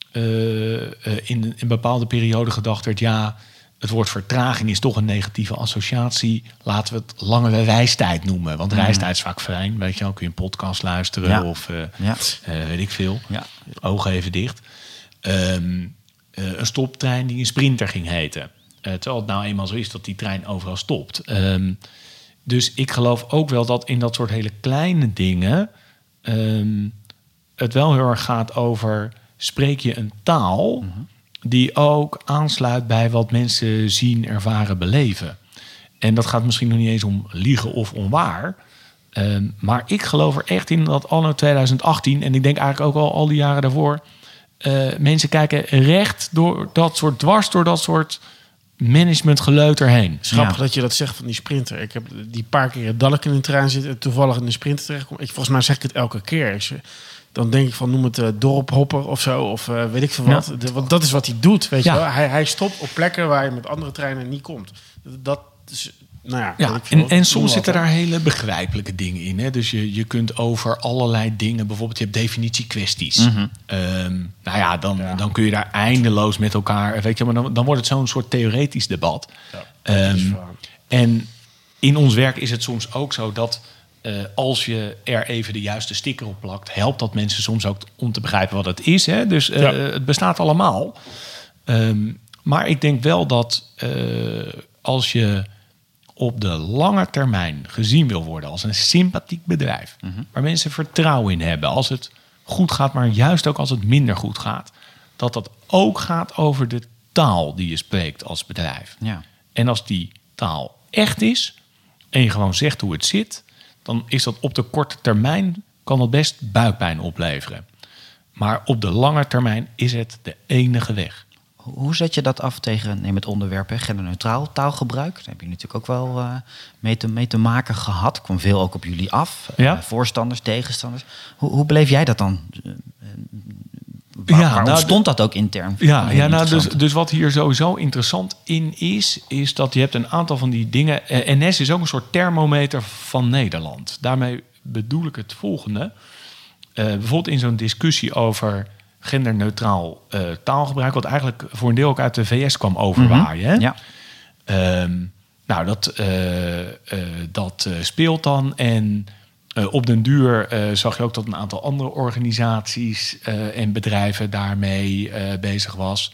in een bepaalde periode gedacht werd, ja, het woord vertraging is toch een negatieve associatie. Laten we het langere reistijd noemen. Want reistijd is vaak fijn. Weet je wel, kun je een podcast luisteren of weet ik veel. Ja. Ogen even dicht. Een stoptrein die een sprinter ging heten. Terwijl het nou eenmaal zo is dat die trein overal stopt. Dus ik geloof ook wel dat in dat soort hele kleine dingen het wel heel erg gaat over, spreek je een taal die ook aansluit bij wat mensen zien, ervaren, beleven. En dat gaat misschien nog niet eens om liegen of onwaar. Maar ik geloof er echt in dat anno 2018... en ik denk eigenlijk ook al die jaren daarvoor, mensen kijken recht door dat soort, dwars door dat soort managementgeleuter heen. Grappig dat je dat zegt van die sprinter. Ik heb die paar keer dat ik in een trein zit en toevallig in de sprinter terechtkom. Volgens mij zeg ik het elke keer. Dan denk ik van, noem het dorphopper of zo, of weet ik veel wat. Ja. Want dat is wat hij doet, weet je wel. Hij stopt op plekken waar je met andere treinen niet komt. Dat is, nou ja. Ja, en soms zitten daar hele begrijpelijke dingen in. Hè? Dus je kunt over allerlei dingen, bijvoorbeeld je hebt definitiekwesties. Nou ja, dan kun je daar eindeloos met elkaar, weet je, maar dan wordt het zo'n soort theoretisch debat. Ja, en in ons werk is het soms ook zo dat als je er even de juiste sticker op plakt, helpt dat mensen soms ook om te begrijpen wat het is. Hè? Dus het bestaat allemaal. Maar ik denk wel dat als je op de lange termijn gezien wil worden als een sympathiek bedrijf, waar mensen vertrouwen in hebben, als het goed gaat, maar juist ook als het minder goed gaat, dat ook gaat over de taal die je spreekt als bedrijf. Ja. En als die taal echt is en je gewoon zegt hoe het zit, dan is dat op de korte termijn, kan dat best buikpijn opleveren. Maar op de lange termijn is het de enige weg. Hoe zet je dat af tegen, neem het onderwerp, genderneutraal taalgebruik? Daar heb je natuurlijk ook wel mee te maken gehad. Kwam veel ook op jullie af. Ja. Voorstanders, tegenstanders. Hoe beleef jij dat dan? Waar ontstond dat ook intern? Dus wat hier sowieso interessant in is dat je hebt een aantal van die dingen. NS is ook een soort thermometer van Nederland. Daarmee bedoel ik het volgende. Bijvoorbeeld in zo'n discussie over genderneutraal taalgebruik, wat eigenlijk voor een deel ook uit de VS kwam overwaaien. Hè? Ja. Dat speelt dan. En op den duur zag je ook dat een aantal andere organisaties en bedrijven daarmee bezig was.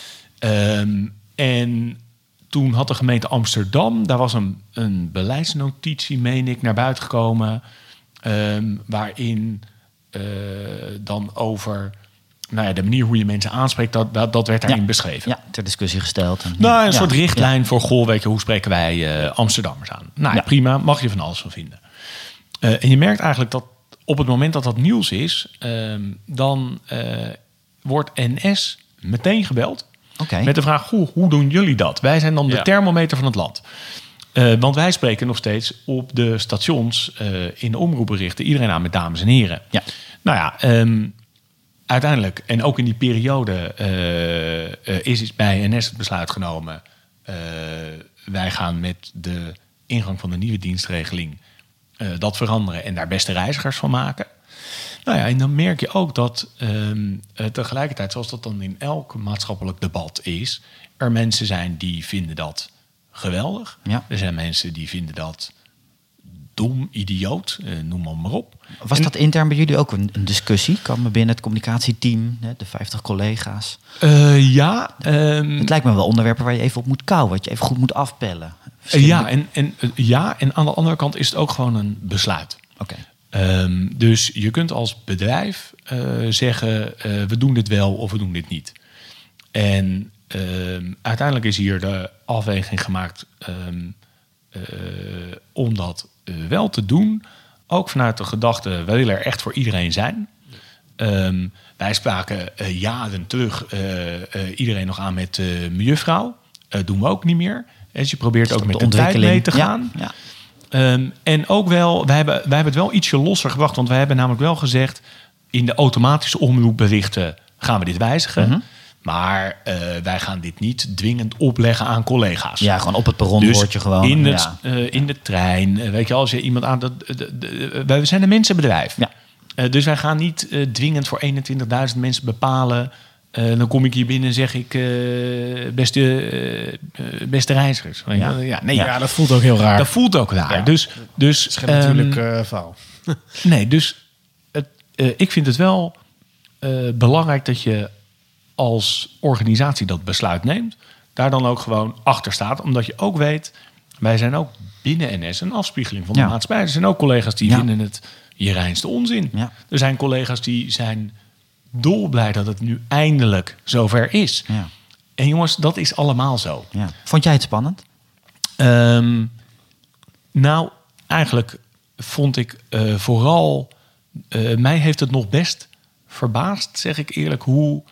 En toen had de gemeente Amsterdam, daar was een beleidsnotitie, meen ik, naar buiten gekomen, waarin dan over de manier hoe je mensen aanspreekt, dat werd daarin beschreven. Ja, ter discussie gesteld. Een soort richtlijn voor, weet je, hoe spreken wij Amsterdammers aan? Prima, mag je van alles van vinden. En je merkt eigenlijk dat op het moment dat dat nieuws is, dan wordt NS meteen gebeld. Okay. Met de vraag, hoe doen jullie dat? Wij zijn dan de thermometer van het land. Want wij spreken nog steeds op de stations in de omroepberichten iedereen aan met dames en heren. Ja. Nou ja, uiteindelijk, en ook in die periode is bij NS het besluit genomen. Wij gaan met de ingang van de nieuwe dienstregeling dat veranderen en daar beste reizigers van maken. Nou ja, en dan merk je ook dat tegelijkertijd, zoals dat dan in elk maatschappelijk debat is, er mensen zijn die vinden dat geweldig. Ja. Er zijn mensen die vinden dat dom, idioot, noem maar op. Was dat intern bij jullie ook een discussie? Kwam er binnen het communicatieteam, de 50 collega's? Het lijkt me wel onderwerpen waar je even op moet kauwen, wat je even goed moet afpellen. En aan de andere kant is het ook gewoon een besluit. Okay. Dus je kunt als bedrijf zeggen, we doen dit wel of we doen dit niet. En uiteindelijk is hier de afweging gemaakt om dat wel te doen ook vanuit de gedachte, wij willen er echt voor iedereen zijn. Wij spraken jaren terug iedereen nog aan met mejuffrouw. Doen we ook niet meer. Dus je probeert ook met de tijd mee te gaan. Ja. En ook wel, wij hebben het wel ietsje losser gebracht. Want wij hebben namelijk wel gezegd, in de automatische omroepberichten gaan we dit wijzigen. Mm-hmm. Maar wij gaan dit niet dwingend opleggen aan collega's. Ja, gewoon op het perron Dus hoort je gewoon. in de trein, weet je, als je iemand aan... wij zijn een mensenbedrijf. Ja. Dus wij gaan niet dwingend voor 21.000 mensen bepalen. Dan kom ik hier binnen en zeg ik, beste reizigers. Ja, dat voelt ook heel raar. Dat voelt ook raar. Ja. Dus Dat is geen natuurlijk verhaal. nee, dus ik vind het wel belangrijk dat je als organisatie dat besluit neemt. Daar dan ook gewoon achter staat. Omdat je ook weet, wij zijn ook binnen NS een afspiegeling van de maatschappij. Er zijn ook collega's die vinden het je reinste onzin. Ja. Er zijn collega's die zijn dolblij dat het nu eindelijk zover is. Ja. En jongens, dat is allemaal zo. Ja. Vond jij het spannend? Nou, eigenlijk vond ik vooral... mij heeft het nog best verbaasd, zeg ik eerlijk, hoe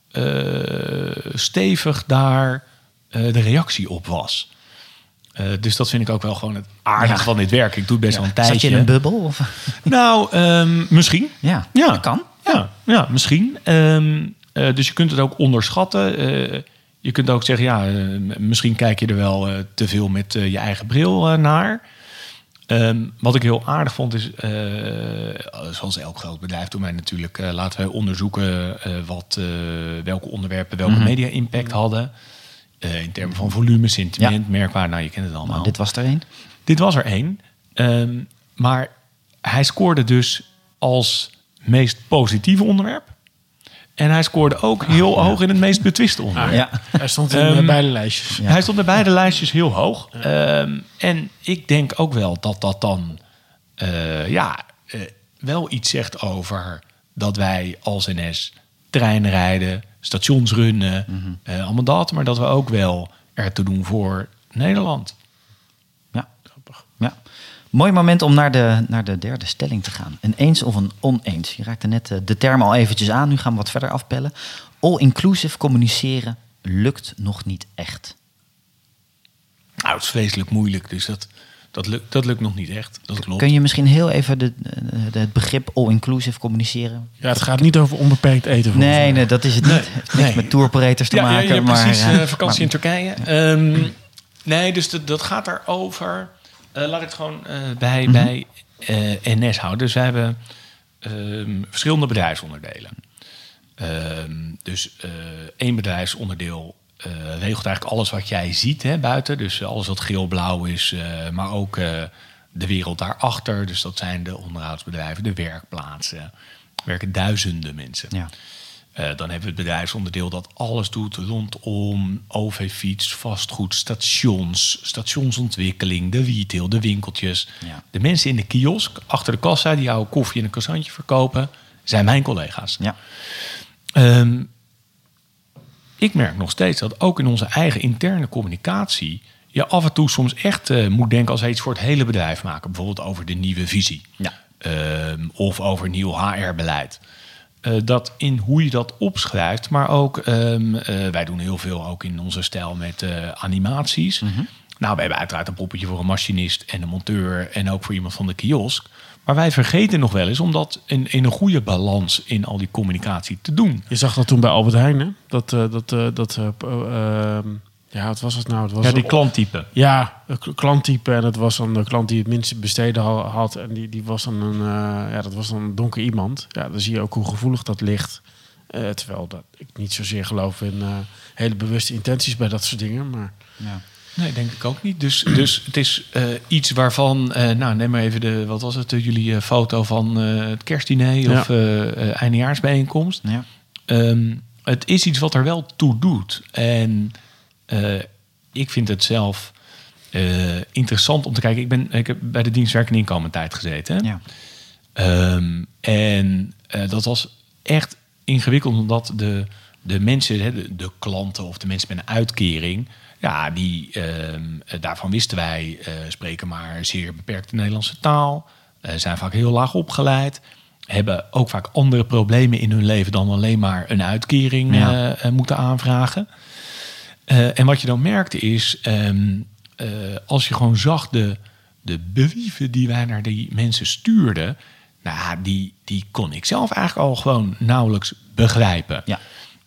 stevig daar de reactie op was. Dus dat vind ik ook wel gewoon het aardige van dit werk. Ik doe het best wel een tijdje. Zat je in een bubbel? Of? Nou, misschien. Ja, Ja. dat kan. Ja, misschien. Dus je kunt het ook onderschatten. Je kunt ook zeggen, misschien kijk je er wel te veel met je eigen bril naar. Wat ik heel aardig vond is, zoals elk groot bedrijf doen wij natuurlijk, laten wij onderzoeken welke onderwerpen welke media-impact hadden. In termen van volume, sentiment, merkwaarde, nou je kent het allemaal. Nou, dit was er één. Dit was er één. Maar hij scoorde dus als meest positieve onderwerp. En hij scoorde ook heel hoog in het meest betwiste onderwerp. Ja. Hij stond in beide lijstjes. Ja. Hij stond in beide lijstjes heel hoog. En ik denk ook wel dat dan wel iets zegt over dat wij als NS treinen rijden, stations runnen, allemaal dat. Maar dat we ook wel ertoe doen voor Nederland. Ja. Ja. Mooi moment om naar de derde stelling te gaan. Een eens of een oneens. Je raakte net de term al eventjes aan. Nu gaan we wat verder afpellen. All-inclusive communiceren lukt nog niet echt. Nou, het is vreselijk moeilijk. Dus dat lukt nog niet echt. Dat klopt. Kun je misschien heel even het begrip all-inclusive communiceren? Ja, het gaat niet over onbeperkt eten. Nee, dat is het niet. Het heeft niks met touroperators te maken. Ja, maar, precies. Vakantie in Turkije. Nee, dus dat gaat erover. Laat ik het gewoon bij NS houden. Dus wij hebben verschillende bedrijfsonderdelen. Dus één bedrijfsonderdeel regelt eigenlijk alles wat jij ziet buiten. Dus alles wat geel-blauw is, maar ook de wereld daarachter. Dus dat zijn de onderhoudsbedrijven, de werkplaatsen. Er werken duizenden mensen. Ja. Dan hebben we het bedrijfsonderdeel dat alles doet rondom OV-fiets, vastgoed, stationsontwikkeling, de retail, de winkeltjes. Ja. De mensen in de kiosk, achter de kassa, die jouw koffie en een croissantje verkopen, zijn mijn collega's. Ja. Ik merk nog steeds dat ook in onze eigen interne communicatie je af en toe soms echt moet denken als we iets voor het hele bedrijf maken. Bijvoorbeeld over de nieuwe visie. Ja. Of over nieuw HR-beleid. Dat in hoe je dat opschrijft, maar ook wij doen heel veel ook in onze stijl met animaties. Nou, we hebben uiteraard een poppetje voor een machinist en een monteur en ook voor iemand van de kiosk. Maar wij vergeten nog wel eens om dat in een goede balans in al die communicatie te doen. Je zag dat toen bij Albert Heijn, hè? Wat was het nou? Het was Die klanttype. Ja, een klanttype. En het was dan de klant die het minste besteden had. En die was dan dat was dan een donker iemand. Ja, dan zie je ook hoe gevoelig dat ligt. Terwijl ik niet zozeer geloof in hele bewuste intenties bij dat soort dingen. Maar Ja. Nee, denk ik ook niet. Dus het is iets waarvan... neem maar even wat was het? Jullie foto van het kerstdiner of eindejaarsbijeenkomst. Ja. Het is iets wat er wel toe doet. En ik vind het zelf interessant om te kijken. Ik heb bij de dienst werk en inkomen een tijd gezeten. Hè? Ja. Dat was echt ingewikkeld, omdat de mensen, de klanten of de mensen met een uitkering... Ja, daarvan wisten wij, spreken maar zeer beperkte Nederlandse taal. zijn vaak heel laag opgeleid, hebben ook vaak andere problemen in hun leven dan alleen maar een uitkering moeten aanvragen. En wat je dan merkte is, als je gewoon zag de brieven die wij naar die mensen stuurden, nou, die kon ik zelf eigenlijk al gewoon nauwelijks begrijpen. Ja.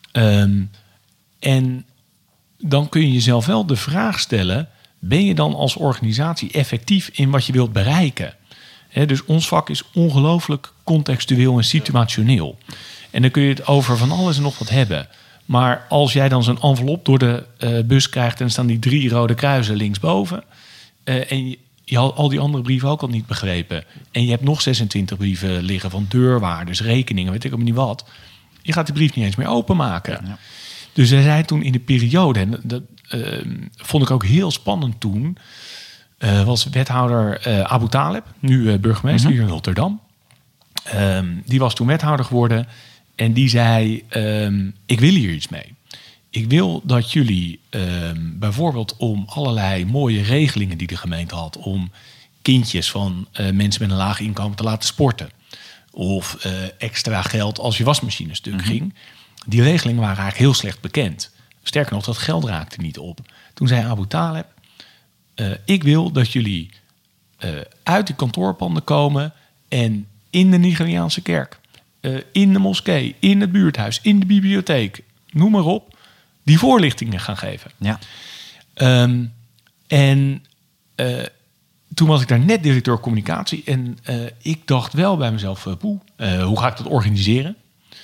En dan kun je jezelf wel de vraag stellen, ben je dan als organisatie effectief in wat je wilt bereiken? Dus ons vak is ongelooflijk contextueel en situationeel. En dan kun je het over van alles en nog wat hebben. Maar als jij dan zo'n envelop door de bus krijgt en er staan die 3 rode kruisen linksboven, en je had al die andere brieven ook al niet begrepen, en je hebt nog 26 brieven liggen van deurwaarders, rekeningen, weet ik ook niet wat, je gaat die brief niet eens meer openmaken. Ja. Dus hij zei toen in de periode, en dat vond ik ook heel spannend toen, was wethouder Abu Taleb, nu burgemeester hier in Rotterdam. Die was toen wethouder geworden en die zei, ik wil hier iets mee. Ik wil dat jullie bijvoorbeeld om allerlei mooie regelingen die de gemeente had, om kindjes van mensen met een laag inkomen te laten sporten, of extra geld als je wasmachine stuk ging. Die regelingen waren eigenlijk heel slecht bekend. Sterker nog, dat geld raakte niet op. Toen zei Abu Taleb, ik wil dat jullie uit die kantoorpanden komen en in de Nigeriaanse kerk, in de moskee, in het buurthuis, in de bibliotheek, noem maar op, die voorlichtingen gaan geven. Ja. Toen was ik daar net directeur communicatie en ik dacht wel bij mezelf, hoe ga ik dat organiseren?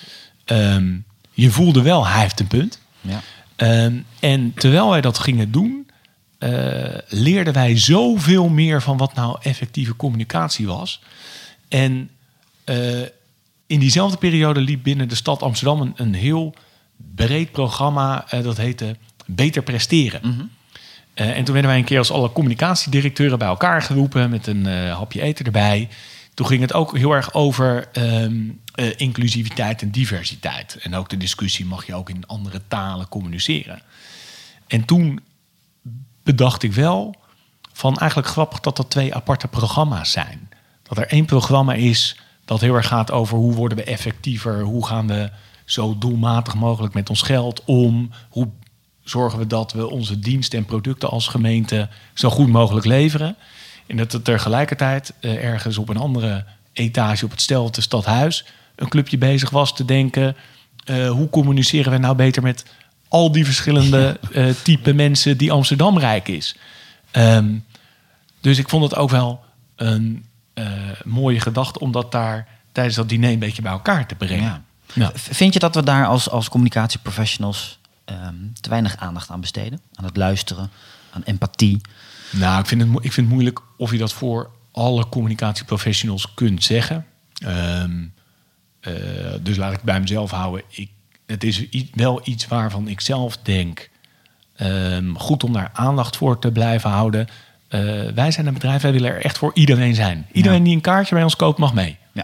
Je voelde wel, hij heeft een punt. Ja. En terwijl wij dat gingen doen, leerden wij zoveel meer van wat nou effectieve communicatie was. En in diezelfde periode liep binnen de stad Amsterdam een heel breed programma, dat heette Beter Presteren. En toen werden wij een keer als alle communicatiedirecteuren bij elkaar geroepen met een hapje eten erbij. Toen ging het ook heel erg over inclusiviteit en diversiteit. En ook de discussie, mag je ook in andere talen communiceren? En toen bedacht ik wel van eigenlijk grappig dat dat 2 aparte programma's zijn. Dat er 1 programma is dat heel erg gaat over hoe worden we effectiever, hoe gaan we zo doelmatig mogelijk met ons geld om, hoe zorgen we dat we onze diensten en producten als gemeente zo goed mogelijk leveren. En dat er tegelijkertijd ergens op een andere etage op hetzelfde stadhuis een clubje bezig was te denken, hoe communiceren we nou beter met al die verschillende type mensen die Amsterdam rijk is. Dus ik vond het ook wel een mooie gedachte om dat daar tijdens dat diner een beetje bij elkaar te brengen. Ja. Ja. Vind je dat we daar als communicatieprofessionals te weinig aandacht aan besteden? Aan het luisteren, aan empathie? Nou, ik vind het moeilijk of je dat voor alle communicatieprofessionals kunt zeggen. Dus laat ik bij mezelf houden. Het is wel iets waarvan ik zelf denk, goed om daar aandacht voor te blijven houden. Wij zijn een bedrijf, wij willen er echt voor iedereen zijn. Iedereen die een kaartje bij ons koopt mag mee. Ja.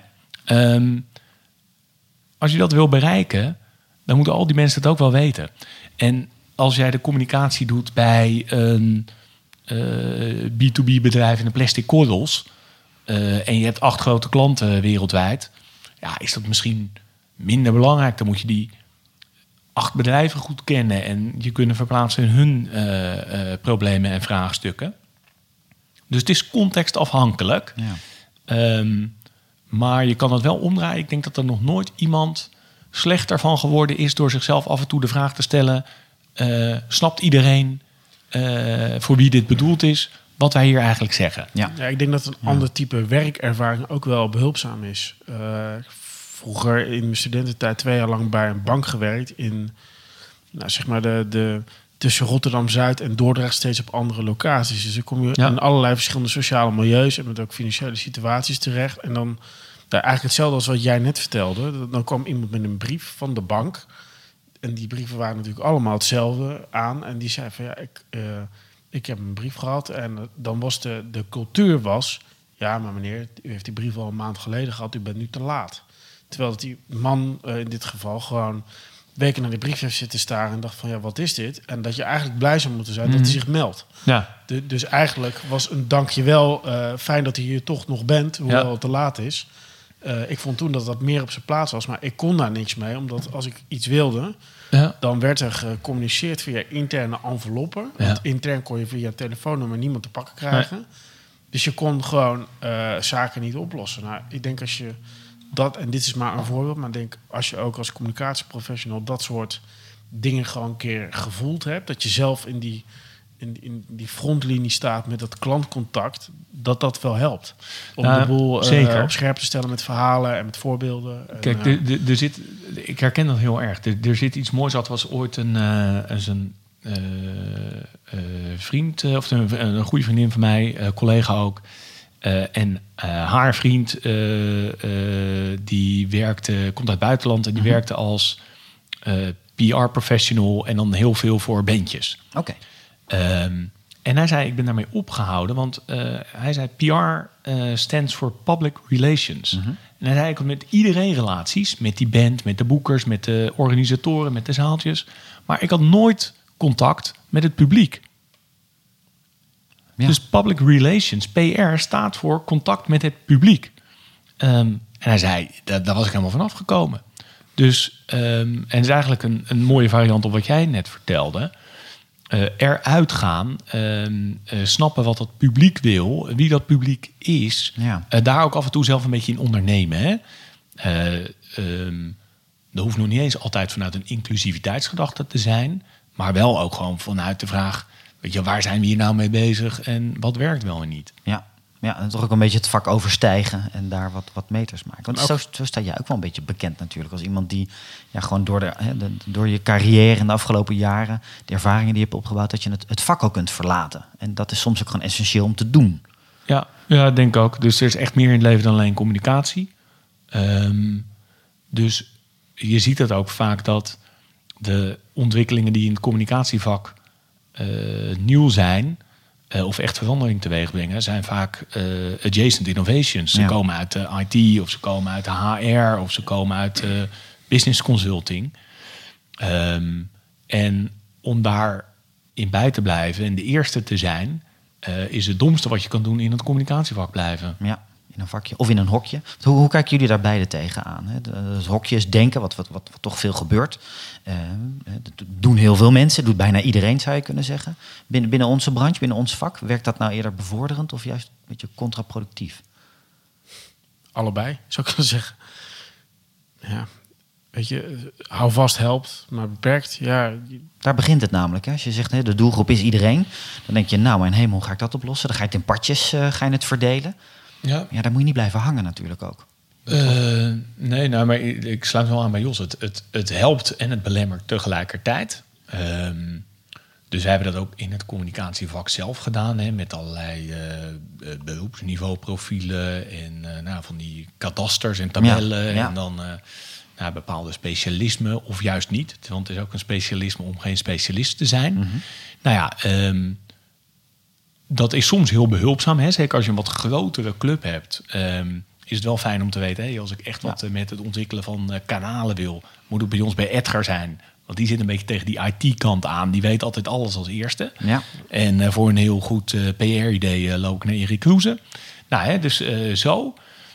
Als je dat wil bereiken, dan moeten al die mensen het ook wel weten. En als jij de communicatie doet bij een B2B bedrijf in de plastic korrels, en je hebt 8 grote klanten wereldwijd, ja, is dat misschien minder belangrijk. Dan moet je die 8 bedrijven goed kennen en je kunnen verplaatsen in hun problemen en vraagstukken. Dus het is contextafhankelijk. Ja. Maar je kan het wel omdraaien. Ik denk dat er nog nooit iemand slechter van geworden is door zichzelf af en toe de vraag te stellen, snapt iedereen voor wie dit bedoeld is, wat wij hier eigenlijk zeggen? Ja, ik denk dat een ander type werkervaring ook wel behulpzaam is. Vroeger in mijn studententijd 2 jaar lang bij een bank gewerkt in, nou, zeg maar de tussen Rotterdam-Zuid en Dordrecht steeds op andere locaties. Dus dan kom je in allerlei verschillende sociale milieus en met ook financiële situaties terecht. En dan eigenlijk hetzelfde als wat jij net vertelde. Dan kwam iemand met een brief van de bank. En die brieven waren natuurlijk allemaal hetzelfde aan. En die zei van ik heb een brief gehad. En dan was de cultuur was, ja, maar meneer, u heeft die brief al een maand geleden gehad. U bent nu te laat. Terwijl dat die man in dit geval gewoon weken naar die brief heeft zitten staren en dacht van ja, wat is dit? En dat je eigenlijk blij zou moeten zijn dat hij zich meldt. Ja. Dus eigenlijk was een dankjewel, fijn dat hij hier toch nog bent, hoewel het te laat is. Ik vond toen dat dat meer op zijn plaats was, maar ik kon daar niks mee, omdat als ik iets wilde, dan werd er gecommuniceerd via interne enveloppen. Ja. Want intern kon je via telefoonnummer niemand te pakken krijgen. Nee. Dus je kon gewoon zaken niet oplossen. Nou, ik denk als je dat, en dit is maar een voorbeeld, maar ik denk als je ook als communicatieprofessional dat soort dingen gewoon een keer gevoeld hebt, dat je zelf in die frontlinie staat met dat klantcontact, dat wel helpt. Om de boel zeker op scherp te stellen met verhalen en met voorbeelden. Kijk, er zit, ik herken dat heel erg. Er zit iets moois. Dat was ooit een vriend, of een goede vriendin van mij, collega ook. En haar vriend, die komt uit het buitenland en die werkte als PR-professional en dan heel veel voor bandjes. Oké. En hij zei, ik ben daarmee opgehouden, want hij zei PR stands for Public Relations. Mm-hmm. En hij zei, ik had met iedereen relaties, met die band, met de boekers, met de organisatoren, met de zaaltjes. Maar ik had nooit contact met het publiek. Ja. Dus Public Relations, PR, staat voor contact met het publiek. En hij zei, daar was ik helemaal vanaf gekomen. Dus, en het is eigenlijk een mooie variant op wat jij net vertelde. Eruit gaan, snappen wat dat publiek wil, wie dat publiek is. Ja. Daar ook af en toe zelf een beetje in ondernemen. Hè? Dat hoeft nog niet eens altijd vanuit een inclusiviteitsgedachte te zijn, maar wel ook gewoon vanuit de vraag, weet je, waar zijn we hier nou mee bezig en wat werkt wel en niet. Ja, en toch ook een beetje het vak overstijgen en daar wat meters maken. Want zo sta jij ook wel een beetje bekend natuurlijk. Als iemand die gewoon door je carrière in de afgelopen jaren, de ervaringen die je hebt opgebouwd, dat je het vak ook kunt verlaten. En dat is soms ook gewoon essentieel om te doen. Ja, denk ik ook. Dus er is echt meer in het leven dan alleen communicatie. Dus je ziet het ook vaak dat de ontwikkelingen die in het communicatievak nieuw zijn, of echt verandering teweeg brengen, zijn vaak adjacent innovations. Ze komen uit de IT, of ze komen uit de HR, of ze komen uit business consulting. En om daarin bij te blijven en de eerste te zijn, is het domste wat je kan doen in het communicatievak blijven. Ja, in een vakje of in een hokje. Hoe kijken jullie daar beide tegenaan? Het hokje is denken, wat toch veel gebeurt. Dat doen heel veel mensen, doet bijna iedereen, zou je kunnen zeggen. Binnen onze branche, binnen ons vak, werkt dat nou eerder bevorderend of juist een beetje contraproductief? Allebei, zou ik kunnen zeggen. Ja, weet je, hou vast helpt, maar beperkt. Ja. Daar begint het namelijk. Hè? Als je zegt, de doelgroep is iedereen, dan denk je, nou mijn hemel, hoe ga ik dat oplossen? Dan ga je het in partjes ga je het verdelen. Ja, daar moet je niet blijven hangen natuurlijk ook. Nee, maar ik sluit wel aan bij Jos. Het helpt en het belemmert tegelijkertijd. Dus wij hebben dat ook in het communicatievak zelf gedaan. Hè, met allerlei beroepsniveauprofielen en van die kadasters en tabellen. Ja. En dan bepaalde specialismen of juist niet. Want het is ook een specialisme om geen specialist te zijn. Mm-hmm. Dat is soms heel behulpzaam. Hè? Zeker als je een wat grotere club hebt. Is het wel fijn om te weten, als ik echt wat met het ontwikkelen van kanalen wil, moet het bij ons bij Edgar zijn. Want die zit een beetje tegen die IT-kant aan. Die weet altijd alles als eerste. Ja. En voor een heel goed PR-idee loop ik naar Erik Kloeze. Dus zo.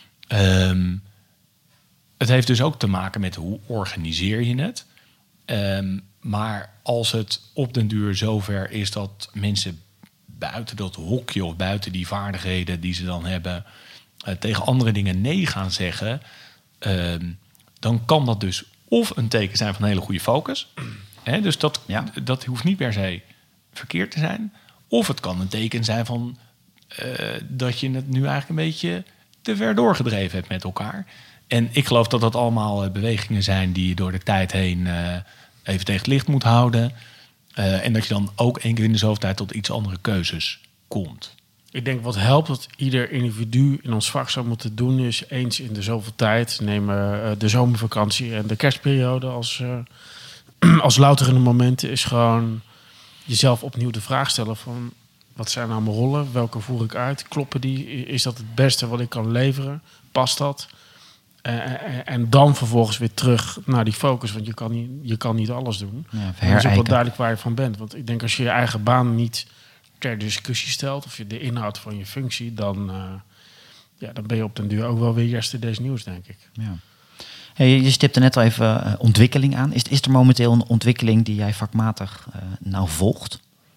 Het heeft dus ook te maken met hoe organiseer je het. Maar als het op den duur zover is dat mensen buiten dat hokje of buiten die vaardigheden die ze dan hebben, tegen andere dingen nee gaan zeggen, dan kan dat dus of een teken zijn van een hele goede focus. Dus dat hoeft niet per se verkeerd te zijn. Of het kan een teken zijn van dat je het nu eigenlijk een beetje te ver doorgedreven hebt met elkaar. En ik geloof dat dat allemaal bewegingen zijn die je door de tijd heen even tegen het licht moet houden. En dat je dan ook 1 keer in de zoveel tijd tot iets andere keuzes komt. Ik denk wat helpt, wat ieder individu in ons vak zou moeten doen, is eens in de zoveel tijd nemen de zomervakantie en de kerstperiode als louterende momenten, is gewoon jezelf opnieuw de vraag stellen van wat zijn nou mijn rollen, welke voer ik uit, kloppen die, is dat het beste wat ik kan leveren, past dat? En dan vervolgens weer terug naar die focus. Want je kan niet alles doen. Ja, En dat is ook wel duidelijk waar je van bent. Want ik denk als je je eigen baan niet ter discussie stelt... of je de inhoud van je functie... dan ben je op den duur ook wel weer yesterday's nieuws, denk ik. Ja. Hey, je stipte net al even ontwikkeling aan. Is er momenteel een ontwikkeling die jij vakmatig nou volgt?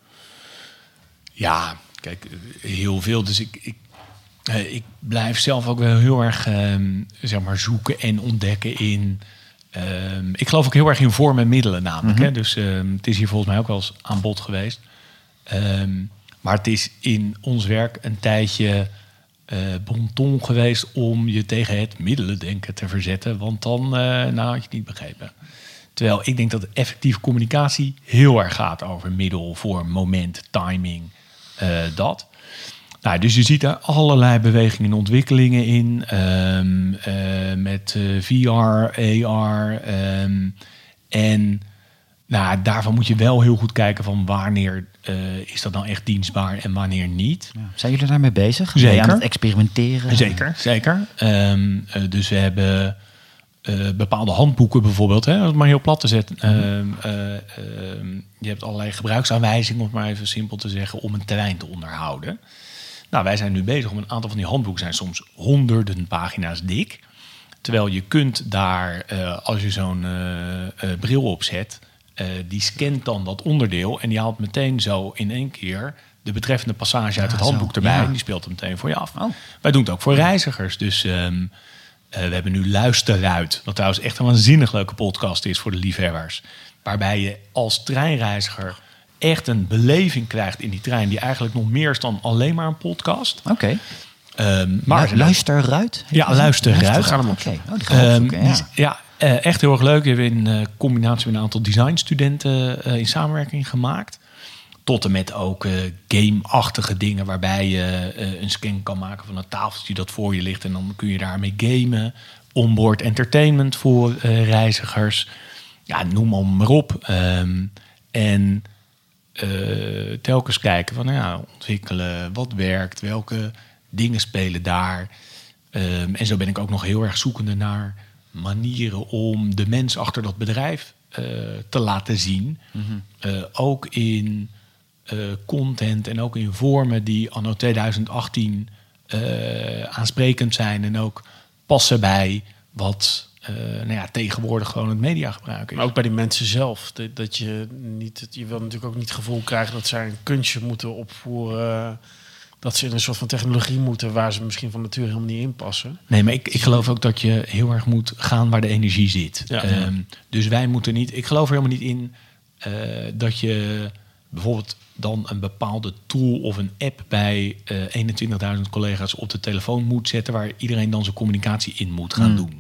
Ja, kijk, heel veel. Dus ik blijf zelf ook wel heel erg zoeken en ontdekken in... ik geloof ook heel erg in vorm en middelen namelijk. Hè? Dus het is hier volgens mij ook wel eens aan bod geweest. Maar het is in ons werk een tijdje bon ton geweest... om je tegen het middelendenken te verzetten. Want dan had je het niet begrepen. Terwijl ik denk dat effectieve communicatie heel erg gaat over middel, vorm, moment, timing, dat... Nou, dus je ziet daar allerlei bewegingen en ontwikkelingen in. Met VR, AR. En daarvan moet je wel heel goed kijken van wanneer is dat nou echt dienstbaar en wanneer niet. Ja. Zijn jullie daarmee bezig? Zeker. Ben je aan het experimenteren? Zeker. Dus we hebben bepaalde handboeken bijvoorbeeld. Hè, om het maar heel plat te zetten. Je hebt allerlei gebruiksaanwijzingen, om het maar even simpel te zeggen, om een terrein te onderhouden. Nou, wij zijn nu bezig om een aantal van die handboeken zijn soms honderden pagina's dik. Terwijl je kunt daar, als je zo'n bril opzet, die scant dan dat onderdeel en die haalt meteen zo in één keer de betreffende passage uit het handboek erbij. En die speelt hem meteen voor je af. Oh. Wij doen het ook voor reizigers. Dus we hebben nu Luisteruit, wat trouwens echt een waanzinnig leuke podcast is voor de liefhebbers. Waarbij je als treinreiziger echt een beleving krijgt in die trein die eigenlijk nog meer is dan alleen maar een podcast. Oké. Maar Luisteruit? Ja, Luisteruit. We gaan hem opzoeken. Die gaan we opzoeken, ja. Echt heel erg leuk. We hebben in combinatie met een aantal designstudenten in samenwerking gemaakt. Tot en met ook game-achtige dingen waarbij je een scan kan maken van een tafeltje dat voor je ligt. En dan kun je daarmee gamen. Onboard entertainment voor reizigers. Ja, noem maar op. En telkens kijken van ontwikkelen, wat werkt, welke dingen spelen daar. En zo ben ik ook nog heel erg zoekende naar manieren om de mens achter dat bedrijf te laten zien. Mm-hmm. Ook in content en ook in vormen die anno 2018 aansprekend zijn en ook passen bij wat tegenwoordig gewoon het mediagebruik is. Maar ook bij die mensen zelf. Dat je wil natuurlijk ook niet het gevoel krijgen dat zij een kunstje moeten opvoeren. Dat ze in een soort van technologie moeten waar ze misschien van nature helemaal niet in passen. Nee, maar ik geloof ook dat je heel erg moet gaan waar de energie zit. Ja. Dus wij moeten niet... Ik geloof er helemaal niet in dat je bijvoorbeeld dan een bepaalde tool of een app bij 21.000 collega's op de telefoon moet zetten waar iedereen dan zijn communicatie in moet gaan doen.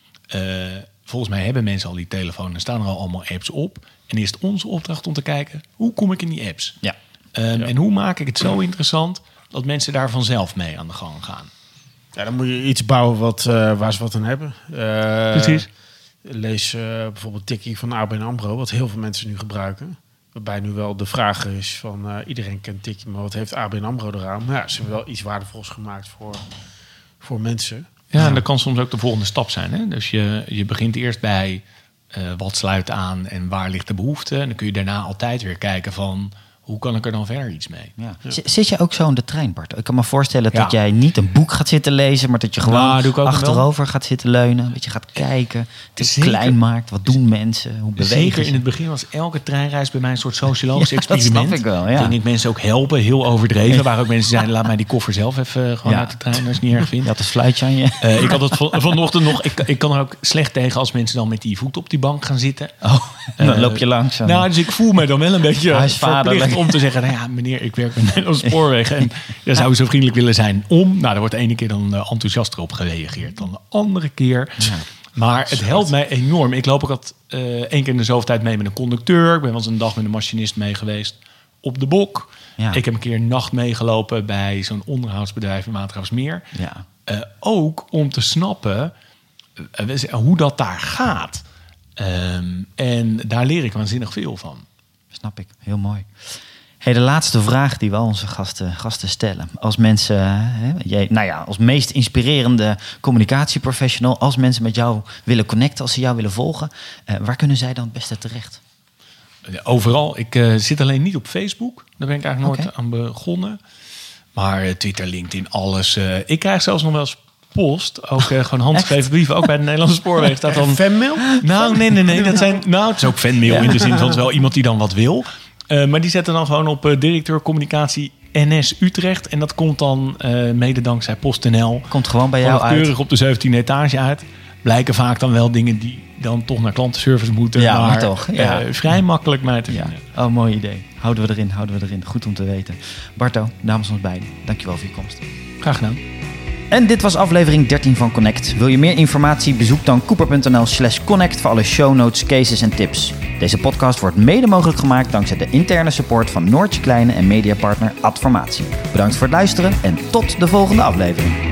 Volgens mij hebben mensen al die telefoon en staan er al allemaal apps op. En is het onze opdracht om te kijken, hoe kom ik in die apps? Ja. En hoe maak ik het zo interessant dat mensen daar vanzelf mee aan de gang gaan? Ja, dan moet je iets bouwen waar ze wat aan hebben. Precies. Lees bijvoorbeeld Tikkie van ABN AMRO, wat heel veel mensen nu gebruiken. Waarbij nu wel de vraag is van iedereen kent Tikkie, maar wat heeft ABN AMRO eraan? Maar ja, ze hebben wel iets waardevols gemaakt voor mensen. Ja, en dat kan soms ook de volgende stap zijn. Hè? Dus je begint eerst bij wat sluit aan en waar ligt de behoefte. En dan kun je daarna altijd weer kijken van hoe kan ik er dan verder iets mee. Ja. Zit je ook zo in de trein, Bart? Ik kan me voorstellen dat jij niet een boek gaat zitten lezen, maar dat je gewoon achterover gaat zitten leunen. Dat je gaat kijken, het klein maakt. Wat doen mensen? Hoe bewegen Zeker ze? in het begin was elke treinreis bij mij een soort sociologisch experiment. Dat snap ik wel, ja. Ging ik mensen ook helpen, heel overdreven. Waar ook mensen zeiden, laat mij die koffer zelf even gewoon uit de trein, als je het niet erg vindt. Je had een fluitje aan je. Ik had het vanochtend nog. Ik kan er ook slecht tegen als mensen dan met die voet op die bank gaan zitten. Dan loop je langs. Dus ik voel me dan wel een beetje verplicht om te zeggen, meneer, ik werk bij Nederlandse Spoorwegen en daar zou u zo vriendelijk willen zijn om. Nou, daar wordt de ene keer dan enthousiaster op gereageerd dan de andere keer. Ja. Maar het helpt mij enorm. Ik loop ook altijd 1 keer in de zoveel tijd mee met een conducteur. Ik ben wel eens een dag met een machinist mee geweest op de Bok. Ja. Ik heb een keer een nacht meegelopen bij zo'n onderhoudsbedrijf in Watergraafsmeer. Ja. Ook om te snappen hoe dat daar gaat. En daar leer ik waanzinnig veel van. Snap ik, heel mooi. Hey, de laatste vraag die we al onze gasten stellen. Als mensen, als meest inspirerende communicatieprofessional, als mensen met jou willen connecten, als ze jou willen volgen, waar kunnen zij dan het beste terecht? Overal. Ik zit alleen niet op Facebook. Daar ben ik eigenlijk nooit aan begonnen. Maar Twitter, LinkedIn, alles. Ik krijg zelfs nog wel eens post. Ook gewoon handgeschreven brieven. Ook bij de Nederlandse Spoorweg staat dan... Fanmail? Nou, nee. Het is ook fanmail in de zin van het is wel iemand die dan wat wil. Maar die zetten dan gewoon op directeur communicatie NS Utrecht. En dat komt dan mede dankzij PostNL. Komt gewoon bij jou uit. Keurig op de 17e etage uit. Blijken vaak dan wel dingen die dan toch naar klantenservice moeten. Ja, maar toch. Ja. Vrij makkelijk mij te vinden. Ja. Oh, mooi idee. Houden we erin. Goed om te weten. Barto, namens ons beiden, dankjewel voor je komst. Graag gedaan. En dit was aflevering 13 van Connect. Wil je meer informatie? Bezoek dan cooper.nl/connect voor alle show notes, cases en tips. Deze podcast wordt mede mogelijk gemaakt dankzij de interne support van Noortje Kleine en mediapartner Adformatie. Bedankt voor het luisteren en tot de volgende aflevering.